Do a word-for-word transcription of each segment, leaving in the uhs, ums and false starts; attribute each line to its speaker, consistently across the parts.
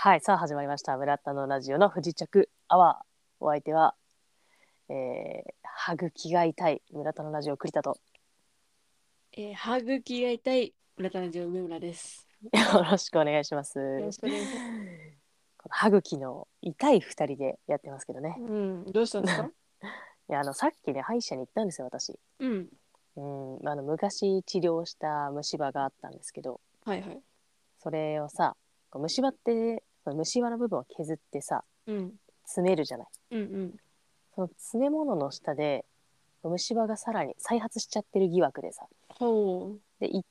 Speaker 1: はい、さあ始まりました。村田のラジオの不時着アワー。お相手は、えー、歯茎が痛い村田のラジオ栗田と
Speaker 2: えー、歯茎が痛い村田の上梅村です。
Speaker 1: よろしくお願いします。
Speaker 2: よろしくお願いします。
Speaker 1: この歯茎の痛いふたりでやってますけどね。
Speaker 2: うん、どうしたんですか？
Speaker 1: いやあのさっきね歯医者に行ったんですよ私。
Speaker 2: うん、
Speaker 1: うん、あの昔治療した虫歯があったんですけど、
Speaker 2: はいはい。
Speaker 1: それをさ、こう虫歯って虫歯の部分を削ってさ
Speaker 2: うん、
Speaker 1: 詰めるじゃない。
Speaker 2: うん、うん。
Speaker 1: その詰め物の下で虫歯がさらに再発しちゃってる疑惑でさ、
Speaker 2: ほ
Speaker 1: で行って、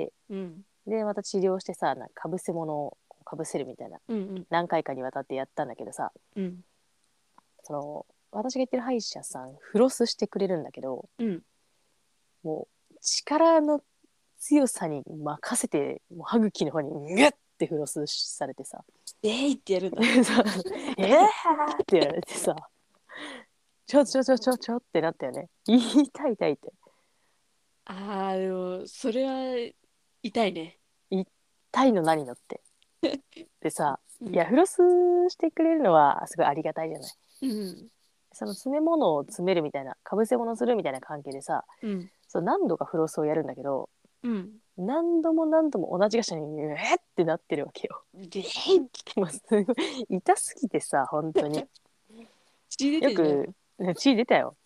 Speaker 2: う。うん、
Speaker 1: でまた治療してさ、なんかかぶせ物をかぶせるみたいな、
Speaker 2: うん、うん、
Speaker 1: 何回かにわたってやったんだけどさ、
Speaker 2: うん、
Speaker 1: その私が行ってる歯医者さんフロスしてくれるんだけど、
Speaker 2: うん。
Speaker 1: もう力の強さに任せて、もう歯茎の方にギュッてフロスされてさ
Speaker 2: えーいってやるんだ。
Speaker 1: でさえーってやられてさ、ちょちょちょちょちょってなったよね。痛い痛いって。
Speaker 2: ああ、でも、それは痛いね。
Speaker 1: 痛いの何のってでさ、
Speaker 2: うん、
Speaker 1: いやフロスしてくれるのはすごいありがたいじゃない。
Speaker 2: うん、
Speaker 1: その詰め物を詰めるみたいな、かぶせ物するみたいな関係でさ、
Speaker 2: うん、
Speaker 1: そう何度かフロスをやるんだけど、
Speaker 2: うん。
Speaker 1: 何度も何度も同じ箇所にえーってなってるわけよ。
Speaker 2: でーん。
Speaker 1: もうすごい痛すぎてさ、本当に
Speaker 2: 血出てんじゃん。
Speaker 1: よく血出たよ。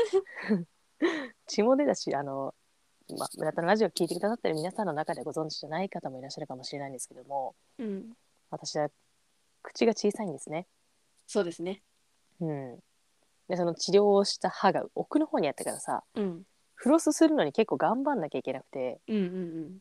Speaker 1: 血も出たし、あの、まあ、村田のラジオを聞いてくださってる皆さんの中でご存知じゃない方もいらっしゃるかもしれないんですけども、
Speaker 2: うん、
Speaker 1: 私は口が小さいんですね。
Speaker 2: そうですね。
Speaker 1: うん。でその治療をした歯が奥の方にあったからさ、
Speaker 2: うん、
Speaker 1: フロスするのに結構頑張んなきゃいけなくて、
Speaker 2: うん、うん、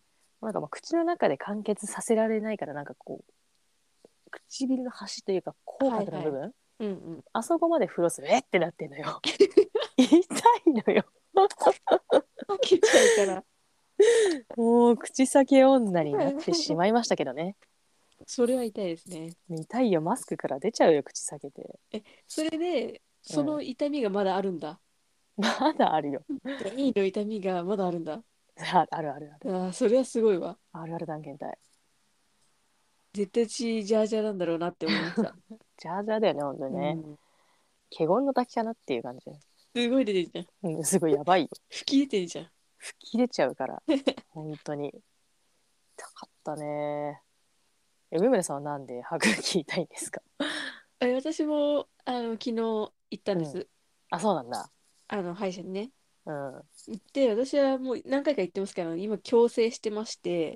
Speaker 1: なんかまあ口の中で完結させられないから、なんかこう唇の端というか口
Speaker 2: はいはい。
Speaker 1: 角の部分、
Speaker 2: うん、うん。
Speaker 1: あそこまでフロスえってなってんのよ。痛いのよ。
Speaker 2: 開けちゃうから。
Speaker 1: もう口裂け女になってしまいましたけどね。
Speaker 2: それは痛いですね。
Speaker 1: 痛いよ、マスクから出ちゃうよ口裂けて。
Speaker 2: え、それで、その
Speaker 1: うん、
Speaker 2: 痛みがまだあるんだ。
Speaker 1: まだあるよ。
Speaker 2: デイの痛みがまだあるんだ。
Speaker 1: ああるあるある
Speaker 2: ああ、それはすごいわ。
Speaker 1: あるある断言体。
Speaker 2: 絶対血ジャージャーなんだろうなって思いました。
Speaker 1: ジャージャーだよね、本当にね。
Speaker 2: うん。
Speaker 1: 華厳の滝かなっていう感じ。
Speaker 2: すごい出てるじゃん。
Speaker 1: うん、すごいやばいよ。
Speaker 2: 吹き出てるじゃん。
Speaker 1: 吹き出ちゃうから本当に痛かったね。え、梅村さんはなんで歯茎痛いんですか？
Speaker 2: え私もあの昨日行ったん
Speaker 1: うん。
Speaker 2: です。
Speaker 1: あ、そうなんだ。
Speaker 2: あの歯医者にね。
Speaker 1: うん。
Speaker 2: 行って、私はもう何回か行ってますけど、今矯正してまして、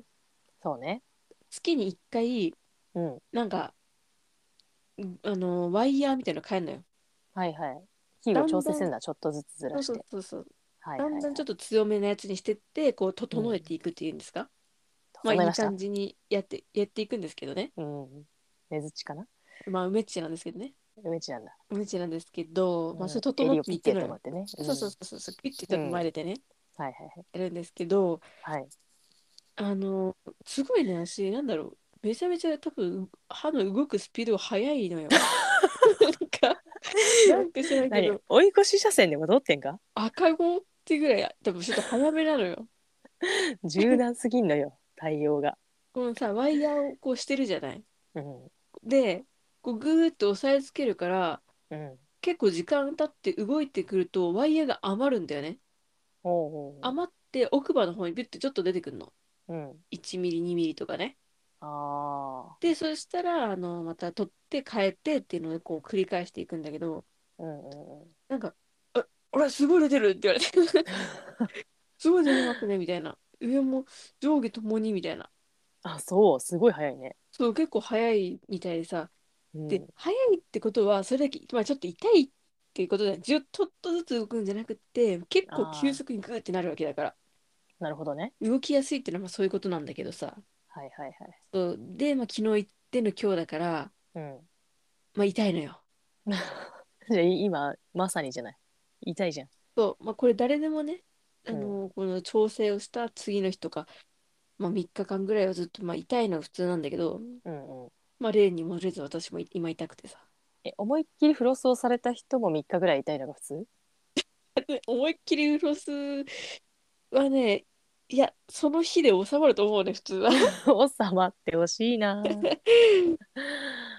Speaker 1: そうね。
Speaker 2: 月にいっかい、
Speaker 1: うん。
Speaker 2: なんか、あの、ワイヤーみたいなの変えんのよ。
Speaker 1: はいはい。器具
Speaker 2: だんだん、
Speaker 1: 調整するのはちょっとずつず
Speaker 2: そうそう
Speaker 1: らして。
Speaker 2: そうそう。
Speaker 1: はいはいはい。
Speaker 2: だんだんちょっと強めなやつにしてって、こう、
Speaker 1: うん。
Speaker 2: 整えていくっていうんですか？まあ、いい
Speaker 1: 整いました。
Speaker 2: 感じにやって、やっていくんですけどね。
Speaker 1: うん。ねずちかな。
Speaker 2: まあ、梅っちなんですけどね。
Speaker 1: 梅地なんだ。
Speaker 2: 梅っちなんですけど、まあ、それ
Speaker 1: うん。
Speaker 2: 整っ
Speaker 1: 襟をピッてやっ
Speaker 2: ていくのよ。
Speaker 1: てもらってね。うん。
Speaker 2: そうそうそうそう、ピッてちょっと
Speaker 1: うん。はい
Speaker 2: 前出てね、
Speaker 1: はいはい。
Speaker 2: やるんですけど、
Speaker 1: はい。
Speaker 2: あの、すごいね、私、なんだろう、めちゃめちゃ多分、歯の動くスピードが速いのよ。なんか、なんか知らんけ
Speaker 1: 何
Speaker 2: ど、
Speaker 1: 追い越し車線で戻ってんか？
Speaker 2: 赤子ってぐらい、多分ちょっと早めなのよ。
Speaker 1: 柔軟すぎんのよ。対応が。
Speaker 2: このさ、ワイヤーをこうしてるじゃない。
Speaker 1: うん。
Speaker 2: で、こうグーッと押さえつけるから、
Speaker 1: うん。
Speaker 2: 結構時間経って動いてくると、ワイヤーが余るんだよね。
Speaker 1: おうおう
Speaker 2: 余って奥歯の方にビュッてちょっと出てくるの。
Speaker 1: おう。うん。
Speaker 2: いちミリ、にミリとかね。
Speaker 1: ああ。
Speaker 2: で、そしたら、あの、また取って変えてっていうのをこう繰り返していくんだけど、
Speaker 1: うんうんうん。
Speaker 2: なんか、あ、俺すごい出てるって言われてすごい出てますね、みたいな。上も上下ともにみたいな。
Speaker 1: あ、そう、すごい早いね。
Speaker 2: そう、結構早いみたいでさ。で、
Speaker 1: うん。
Speaker 2: 早いってことは、それだけ、まあちょっと痛いっていうことで、じゅちょっとずつ動くんじゃなくって、結構急
Speaker 1: あ
Speaker 2: 速にグーってなるわけだから。
Speaker 1: あ、なるほどね。
Speaker 2: 動きやすいっていうのはまあそういうことなんだけどさ。
Speaker 1: はいはいはい。
Speaker 2: そうで、まあ昨日行っての今日だから、
Speaker 1: うん。
Speaker 2: まあ痛いのよ。
Speaker 1: じゃあ今、まさにじゃない。痛いじゃん。
Speaker 2: そう、まあこれ誰でもね、あ
Speaker 1: うん。
Speaker 2: の、この調整をした次の日とか、まあみっかかんぐらいはずっとまあ痛いのは普通なんだけど、
Speaker 1: うんうん。
Speaker 2: まあ例に漏れず私も今痛くてさ。
Speaker 1: え、思いっきりフロスをされた人もみっかぐらい痛いのが普通？
Speaker 2: で思いっきりウロスはね、いや、その日で収まると思うね、普通は。
Speaker 1: 収まってほしいな。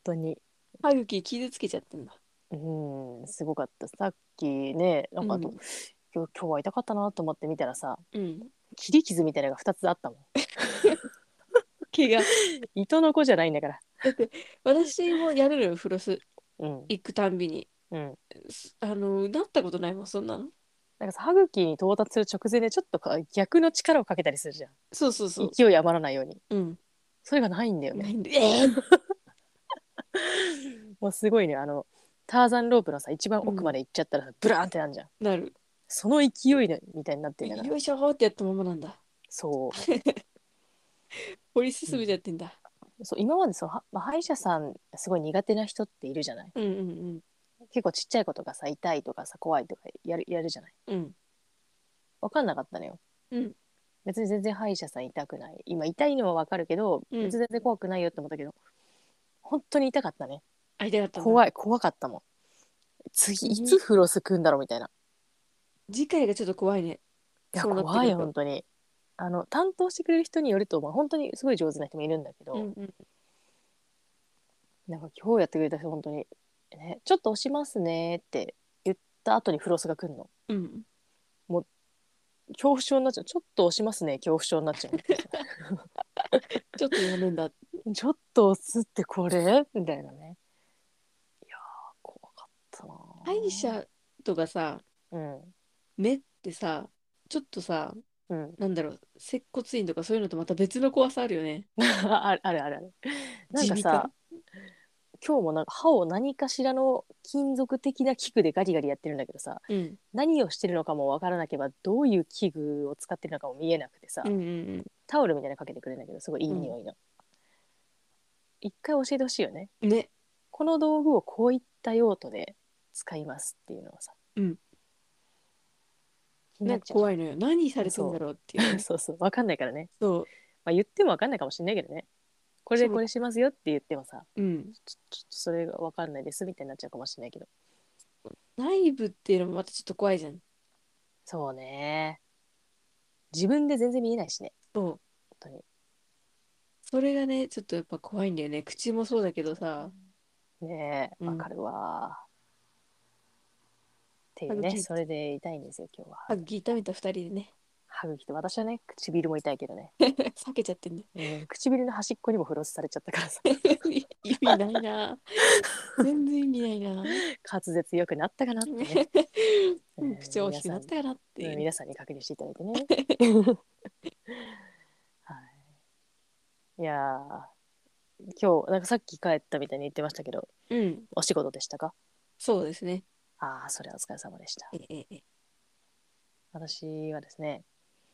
Speaker 1: 当に。
Speaker 2: 歯茎傷つけちゃってんだ。
Speaker 1: うん、すごかった。さっきね、なんかあと、
Speaker 2: うん。
Speaker 1: 今日、今日は痛かったなと思って見たらさ、
Speaker 2: うん。
Speaker 1: 切り傷みたいなのがふたつあったもん。
Speaker 2: 毛が。
Speaker 1: 糸の子じゃないんだから。
Speaker 2: だって、私もやるのよ、フロス
Speaker 1: うん。
Speaker 2: 行くたんびに。
Speaker 1: うん。
Speaker 2: すあの、なったことないもん、そんなの。
Speaker 1: なんかさ、歯茎に到達する直前でちょっとか逆の力をかけたりするじゃん。
Speaker 2: そうそうそ
Speaker 1: 勢い余らないように。
Speaker 2: う。うん。
Speaker 1: それがないんだよね。
Speaker 2: ないんで、えー、
Speaker 1: もうすごいね、あの、ターザンロープのさ、一番
Speaker 2: うん。
Speaker 1: 奥まで行っちゃったらさ、ブラーンってなんじゃん。
Speaker 2: なる。
Speaker 1: その勢いでみたいになってんだから。
Speaker 2: よいしょーってやったままなんだ。
Speaker 1: そ
Speaker 2: 掘り
Speaker 1: う。う
Speaker 2: 進めちゃってんだ。
Speaker 1: ん、そう今までそう、はまあ、歯医者さんすごい苦手な人っているじゃない。
Speaker 2: うんうん
Speaker 1: 結構ちっちゃい子とかさ、痛いとかさ、怖いとかやるやるじゃない。
Speaker 2: うん。うん。
Speaker 1: 分かんなかったのよ。
Speaker 2: うん。
Speaker 1: 別に全然歯医者さん痛くない。今痛いのは分かるけど、
Speaker 2: うん。
Speaker 1: 別に全然怖くないよって思ったけど、本当に痛かったね。
Speaker 2: 会いたかったんだ。
Speaker 1: 怖い、怖かったもん。次、いつ
Speaker 2: に、
Speaker 1: フロス組んだろうみたいな。
Speaker 2: 次回がちょっと怖いね。
Speaker 1: いや、
Speaker 2: そうなって
Speaker 1: 怖い、
Speaker 2: くると。
Speaker 1: 本当に。あの、担当してくれる人によると、まあ、本当にすごい上手な人もいるんだけど、
Speaker 2: うんうん
Speaker 1: なんか今日やってくれた人、本当に、ね、ちょっと押しますねって言った後にフロスが来るの。
Speaker 2: うん。
Speaker 1: もう、恐怖症になっちゃう。ちょっと押しますね、恐怖症になっちゃう。
Speaker 2: ちょっとやるんだ。
Speaker 1: ちょっと押すってこれみたいなね。いやー、怖かったな
Speaker 2: 歯医者とかさ、
Speaker 1: ー。うん。
Speaker 2: 目ってさ、ちょっとさ、
Speaker 1: うん。
Speaker 2: なんだろう、接骨院とかそういうのとまた別の怖さあるよね。
Speaker 1: あるあるあるある。なん
Speaker 2: 地味か。
Speaker 1: かさ、今日もなんか歯を何かしらの金属的な器具でガリガリやってるんだけどさ、
Speaker 2: うん。
Speaker 1: 何をしてるのかもわからなければ、どういう器具を使ってるのかも見えなくてさ、
Speaker 2: うんうん
Speaker 1: タオルみたいなのかけてくれるんだけど、すごいいい
Speaker 2: うん。
Speaker 1: 匂いの。一回教えてほしいよね。
Speaker 2: うん。ね。
Speaker 1: この道具をこういった用途で使いますっていうのをさ、
Speaker 2: うん。なんか
Speaker 1: 気になっちゃうじ
Speaker 2: 怖いのよ。何さ
Speaker 1: ゃん。
Speaker 2: れてんだ
Speaker 1: そ
Speaker 2: ろうっていう
Speaker 1: う。
Speaker 2: ね。
Speaker 1: そうそう。わかんないからね。
Speaker 2: そう。
Speaker 1: まあ言ってもわかんないかもしれないけどね。これ
Speaker 2: しかも、
Speaker 1: でこれしますよって言ってもさ、
Speaker 2: うん。
Speaker 1: ちょちょっとそれがわかんないですみたいになっちゃうかもしれないけど。
Speaker 2: 内部っていうのもまたちょっと怖いじゃん。
Speaker 1: そうね。自分で全然見えないしね。
Speaker 2: そう。
Speaker 1: 本当に。
Speaker 2: それがね、ちょっとやっぱ怖いんだよね。口もそうだけどさ。
Speaker 1: ねえ、
Speaker 2: うん。
Speaker 1: わかるわ。っていうね、
Speaker 2: 歯茎、
Speaker 1: それで痛いんですよ、今日は。
Speaker 2: 歯茎痛めた二人でね。
Speaker 1: 歯茎と私はね、唇も痛いけどね。
Speaker 2: 避けちゃってんね。
Speaker 1: うん、唇の端っこにもフロスされちゃったからさ。
Speaker 2: 意味ないな。全然意味ないな。
Speaker 1: 滑舌良くなったかなってね。え
Speaker 2: うん口大きくな
Speaker 1: ー皆さん、
Speaker 2: ったかなっていうね。
Speaker 1: うん皆さんに確認していただいてね。はい、いやー、今日、なんかさっき帰ったみたいに言ってましたけど、
Speaker 2: うん。
Speaker 1: お仕事でしたか？
Speaker 2: そうですね。
Speaker 1: ああ、それはお疲れ様でした。
Speaker 2: ええええ。
Speaker 1: 私はですね、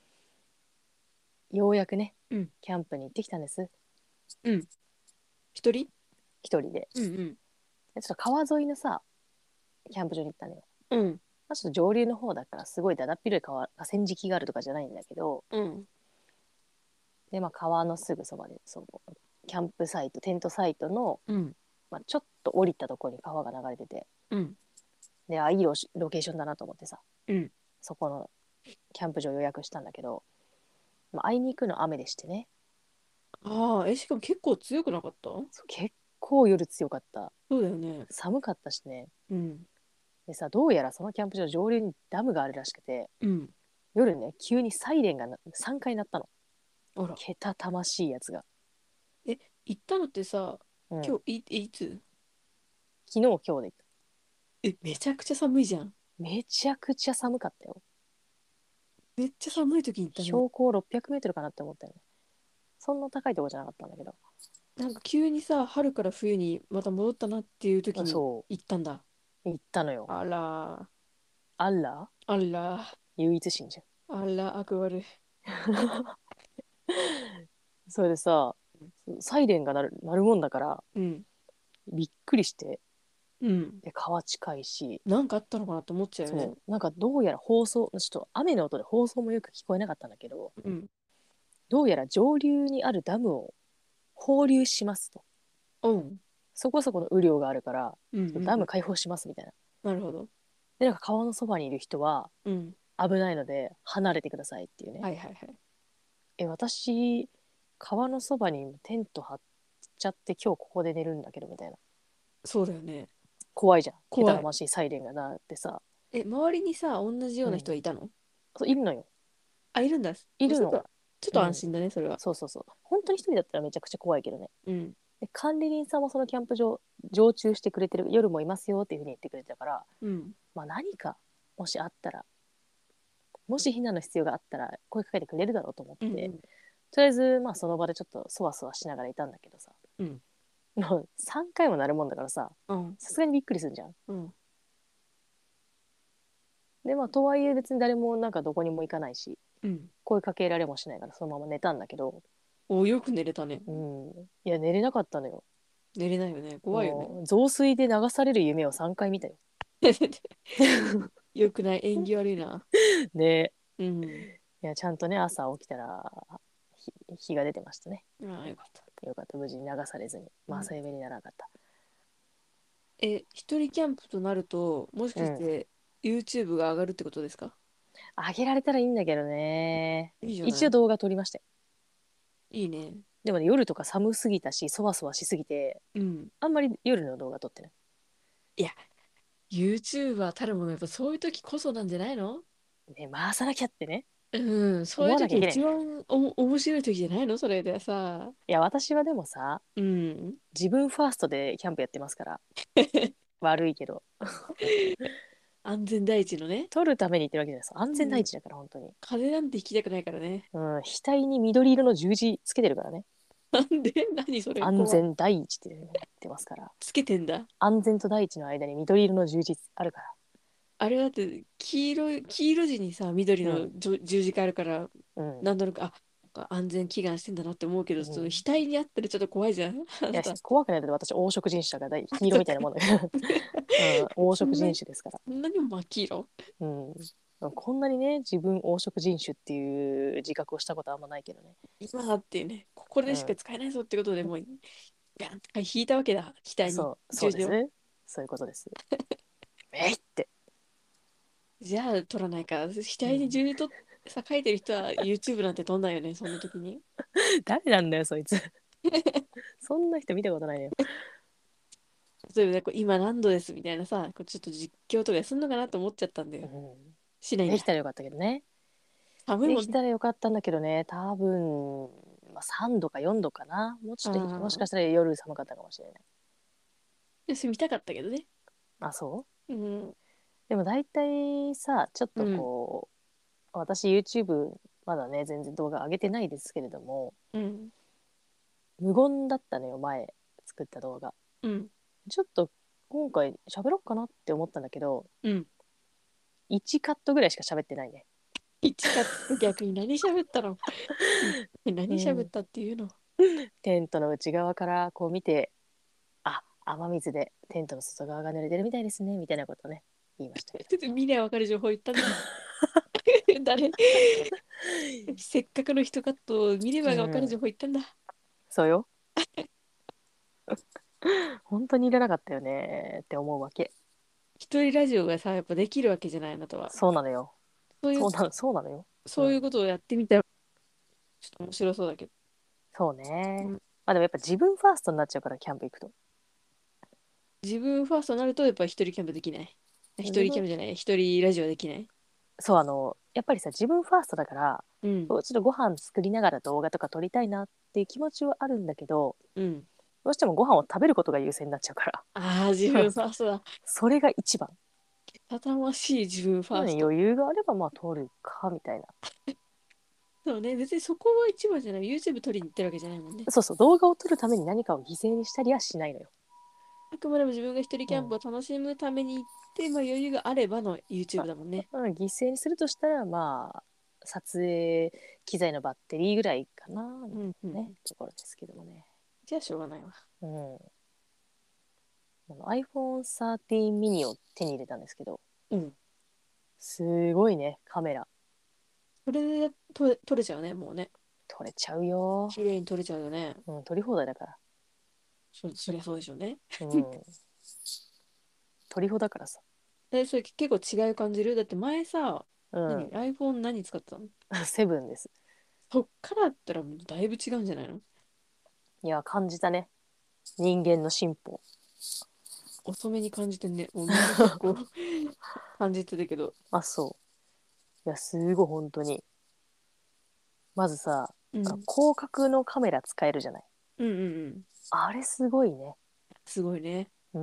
Speaker 1: ようやくね、
Speaker 2: うん。
Speaker 1: キャンプに行ってきたんです。
Speaker 2: うん。一人。
Speaker 1: 一人で。
Speaker 2: うんうん
Speaker 1: でちょっと川沿いのさ、キャンプ場に行ったのよ。
Speaker 2: うん。
Speaker 1: まあ、ちょっと上流の方だからすごいだだっ広い川、河川敷があるとかじゃないんだけど、
Speaker 2: うん。
Speaker 1: で、まあ、川のすぐそばで、そう、キャンプサイト、テントサイトの、
Speaker 2: うん。
Speaker 1: まあ、ちょっと降りたところに川が流れてて、
Speaker 2: うん。
Speaker 1: で、あ、いいロロケーションだなと思ってさ、
Speaker 2: うん。
Speaker 1: そこのキャンプ場予約したんだけど、まあ、あいにくの雨でしてね、
Speaker 2: ああ、え、しかも結構強くなかった？
Speaker 1: そう結構夜強かった。
Speaker 2: そうだよね。
Speaker 1: 寒かったしね。
Speaker 2: うん。
Speaker 1: でさ、どうやらそのキャンプ場上流にダムがあるらしくて、
Speaker 2: うん。
Speaker 1: 夜ね、急にサイレンがさんかい鳴ったの。
Speaker 2: あら。
Speaker 1: けたたましいやつが。
Speaker 2: え、行ったのってさ、
Speaker 1: うん。
Speaker 2: 今日、い、いつ？
Speaker 1: 昨日、今日で行った。
Speaker 2: え、めちゃくちゃ寒いじゃん。
Speaker 1: めちゃくちゃ寒かったよ。
Speaker 2: めっちゃ寒い時に行ったね。
Speaker 1: 標高ろっぴゃくメートルかなって思ったよね。そんな高いとこじゃなかったんだけど。
Speaker 2: なんか急にさ、春から冬にまた戻ったなっていう時に
Speaker 1: そ
Speaker 2: 行ったんだ。
Speaker 1: う。行ったのよ。
Speaker 2: あら、
Speaker 1: アッラ
Speaker 2: あら、
Speaker 1: ー唯一信者。
Speaker 2: あら、悪悪い。
Speaker 1: それでさ、サイレンが鳴る、鳴るもんだから、
Speaker 2: うん。
Speaker 1: びっくりして、
Speaker 2: うん。
Speaker 1: で、川近いし、
Speaker 2: なんかあったのかなと思っちゃうよね。
Speaker 1: そう、なんかどうやら放送、ちょっと雨の音で放送もよく聞こえなかったんだけど、
Speaker 2: うん。
Speaker 1: どうやら上流にあるダムを放流しますと。
Speaker 2: うん。
Speaker 1: そこそこの雨量があるから、
Speaker 2: うん
Speaker 1: ちょっと
Speaker 2: うんうん。
Speaker 1: ダム開放しますみたいな。
Speaker 2: なるほど。
Speaker 1: で、なんか川のそばにいる人は
Speaker 2: うん。
Speaker 1: 危ないので離れてくださいっていうね。
Speaker 2: はいはいはい。
Speaker 1: え、私、川のそばにテント張っちゃって今日ここで寝るんだけどみたいな。
Speaker 2: そうだよね。
Speaker 1: 怖いじゃん。けた
Speaker 2: 怖い。
Speaker 1: たましいサイレンが鳴ってさ。
Speaker 2: え、周りにさ、同じような
Speaker 1: うん。
Speaker 2: 人はいたの？
Speaker 1: そういるのよ。
Speaker 2: あ、いるんだ。
Speaker 1: いるの。
Speaker 2: もうちょっと、ちょっと安
Speaker 1: うん。
Speaker 2: 心だね、それは。
Speaker 1: そうそうそう。本当に一人だったらめちゃくちゃ怖いけどね。
Speaker 2: うん。
Speaker 1: で管理人さんもそのキャンプ場常駐してくれてる、夜もいますよっていうふうに言ってくれてたから、
Speaker 2: うん。
Speaker 1: まあ何かもしあったら、もし避難の必要があったら声かけてくれるだろうと思って、
Speaker 2: うん。
Speaker 1: とりあえずまあその場でちょっとそわそわしながらいたんだけどさ、
Speaker 2: うん。
Speaker 1: もうさんかいもなるもんだからさ、
Speaker 2: うん。
Speaker 1: さすがにびっくりするじゃん。
Speaker 2: うん。
Speaker 1: でまあとはいえ別に誰もなんかどこにも行かないし、
Speaker 2: うん。
Speaker 1: 声かけられもしないからそのまま寝たんだけど、
Speaker 2: お、よく寝れたね。
Speaker 1: うん、いや寝れなかったのよ。
Speaker 2: 寝れないよね。怖いよね。
Speaker 1: もう増水で流される夢をさんかい見たよ。
Speaker 2: よくない。縁起悪いな。
Speaker 1: で、
Speaker 2: うん。
Speaker 1: いやちゃんとね朝起きたら日日が出てましたね。
Speaker 2: ああ、よかった。
Speaker 1: よかった、無事に流されずに、まあ
Speaker 2: うん、
Speaker 1: そういう目にならなかった。
Speaker 2: え、一人キャンプとなると、もし
Speaker 1: うん。
Speaker 2: かして YouTube が上がるってことですか？
Speaker 1: あげられたらいいんだけどね。
Speaker 2: いいじゃない。
Speaker 1: 一応動画撮りましたよ。
Speaker 2: いいね。
Speaker 1: でもね、夜とか寒すぎたし、そわそわしすぎて、
Speaker 2: うん。
Speaker 1: あんまり夜の動画撮ってない。
Speaker 2: いや、YouTuber たるもの、やっぱそういう時こそなんじゃないの？
Speaker 1: ね、回さなきゃってね、
Speaker 2: うん、そう
Speaker 1: 思
Speaker 2: いう
Speaker 1: わなきゃいけない。
Speaker 2: 時一番お面白い時じゃないのそれでさ。
Speaker 1: いや、私はでもさ、
Speaker 2: うん。
Speaker 1: 自分ファーストでキャンプやってますから、悪いけど、
Speaker 2: 安全第一のね。
Speaker 1: 撮るために言ってるわけじゃないです。安全第
Speaker 2: うん。
Speaker 1: 一だから、本当に。
Speaker 2: 風なんて引きたくないからね。
Speaker 1: うん、額に緑色の十字つけてるからね。
Speaker 2: なんで何それ怖い。
Speaker 1: 安全第一って言ってますから。
Speaker 2: つけてんだ。
Speaker 1: 安全と第一の間に緑色の十字あるか
Speaker 2: あれだって黄色い、黄色地にさ、緑
Speaker 1: ら。うん、
Speaker 2: のじょ十字架あるから、
Speaker 1: うん、
Speaker 2: なんとなく、あ、なんか安全祈願してんだなって思うけど、その
Speaker 1: うん。
Speaker 2: 額にあったらちょっと怖いじゃん。あ
Speaker 1: いや、
Speaker 2: なた。
Speaker 1: 怖くないで私、黄色人種だから大黄色みたいな
Speaker 2: そっか。
Speaker 1: もんだから。うん、黄色
Speaker 2: そんなに、
Speaker 1: 人種ですから。
Speaker 2: そんなにも真っ黄色？
Speaker 1: うん。こんなにね、自分黄色人種っていう自覚をしたことはあんまないけどね。
Speaker 2: 今だってね、ここでしか
Speaker 1: うん。
Speaker 2: 使えないぞってことでもう、ガンって引いたわけだ、額に
Speaker 1: そう、そう
Speaker 2: 十字を。
Speaker 1: です。そういうことです。えいって。
Speaker 2: じゃあ取らないか。額に
Speaker 1: うん、
Speaker 2: 十字とさ、書いてる人は YouTube なんて撮んないよね、そんな時に。
Speaker 1: 誰なんだよ、そいつ。そんな人見たことないのよ。
Speaker 2: 例えばね、こう今何度ですみたいなさ、こうちょっと実況とかすんのかなと思っちゃったんだ
Speaker 1: う
Speaker 2: よ。
Speaker 1: ん。
Speaker 2: しないんだ。
Speaker 1: できたらよかったけどね。でき
Speaker 2: 寒いもんね。
Speaker 1: たらよかったんだけどね、多分、まあ、さんどかよんどかな。もうち
Speaker 2: あ
Speaker 1: ょっと、もしか
Speaker 2: あ、
Speaker 1: したら夜寒かったかもしれない。
Speaker 2: 住みたかったけどね。
Speaker 1: あ、そう
Speaker 2: うん。
Speaker 1: でも大体さ、ちょっと
Speaker 2: うん。
Speaker 1: こう、私 YouTube まだね、全然動画上げてないですけれども、
Speaker 2: うん。
Speaker 1: 無言だったのよ、前作った動画。
Speaker 2: うん。
Speaker 1: ちょっと今回喋ろうかなって思ったんだけど、
Speaker 2: うん。
Speaker 1: いちカットぐらいしか喋ってないね。
Speaker 2: 一かって逆に何喋ったの？
Speaker 1: うん。
Speaker 2: 何喋ったっていうの？
Speaker 1: テントの内側からこう見て、あ、雨水でテントの外側が濡れてるみたいですね、みたいなことをね、言いましたけど。
Speaker 2: ちょっと見りゃ分かる情報言ったんだ。誰？せっかくの一カットを見れば分かる
Speaker 1: うん。
Speaker 2: 情報言ったんだ。
Speaker 1: そうよ。本当にいらなかったよねって思うわけ。
Speaker 2: 一人ラジオがさ、やっぱできるわけじゃないあなたは。
Speaker 1: そうなのよ。
Speaker 2: そういう、
Speaker 1: そうなの、そうなのよ。うん。
Speaker 2: そういうことをやってみたら、ちょっと面白そうだけど。
Speaker 1: そうね。
Speaker 2: うん、
Speaker 1: まあでもやっぱ自分ファーストになっちゃうから、キャンプ行くと。
Speaker 2: 自分ファーストになると、やっぱ一人キャンプできない。一
Speaker 1: 自分、
Speaker 2: 人キャンプじゃない、一人ラジオできない。
Speaker 1: そう、あの、やっぱりさ、自分ファーストだから、
Speaker 2: うん。
Speaker 1: ちょっとご飯作りながら動画とか撮りたいなっていう気持ちはあるんだけど、
Speaker 2: うん。
Speaker 1: どうしてもご飯を食べることが優先になっちゃうから。
Speaker 2: ああ、自分ファーストだ。
Speaker 1: それが一番。
Speaker 2: たたましい自分ファースト。
Speaker 1: 何余裕があればまあ撮るか、みたいな。
Speaker 2: そうね、別にそこは一番じゃない。YouTube 撮りに行ってるわけじゃないもんね。
Speaker 1: そうそう、動画を撮るために何かを犠牲にしたりはしないのよ。
Speaker 2: あくまでも自分が一人キャンプを
Speaker 1: うん。
Speaker 2: 楽しむために行って、まあ余裕があればの
Speaker 1: ま
Speaker 2: YouTube だもんね。
Speaker 1: あ、うん犠牲にするとしたら、まあ、撮影機材のバッテリーぐらいかな、み
Speaker 2: うんうん。
Speaker 1: たいなね、ところですけどもね。
Speaker 2: じゃあしょうがないわ。
Speaker 1: うん。あの アイフォンサーティーン mini を手に入れたんですけど、
Speaker 2: うん。
Speaker 1: すごいね、カメラ。
Speaker 2: それで撮れ、撮れちゃうね、もうね。
Speaker 1: 撮れちゃうよ。
Speaker 2: 綺麗に撮れちゃうよね。
Speaker 1: うん、撮り放題だから。
Speaker 2: そ、そりゃそうでしょうね。
Speaker 1: うん。撮り放だからさ。
Speaker 2: え、それ結構違い感じる？だって前さ、
Speaker 1: う
Speaker 2: 何？
Speaker 1: ん。
Speaker 2: iPhone 何使ってたの？
Speaker 1: セブンです。
Speaker 2: そっからだったらもうだいぶ違うんじゃないの？
Speaker 1: いや、感じたね。 人間の進歩。
Speaker 2: 遅めに感じてんね。もうみんな結構感じてたけど。
Speaker 1: あ、そう。いや、すごい、本当に。まずさ、あの
Speaker 2: うん。
Speaker 1: 広角のカメラ使えるじゃない。
Speaker 2: うんうんうん。
Speaker 1: あれすごいね。
Speaker 2: すごいね。
Speaker 1: うん。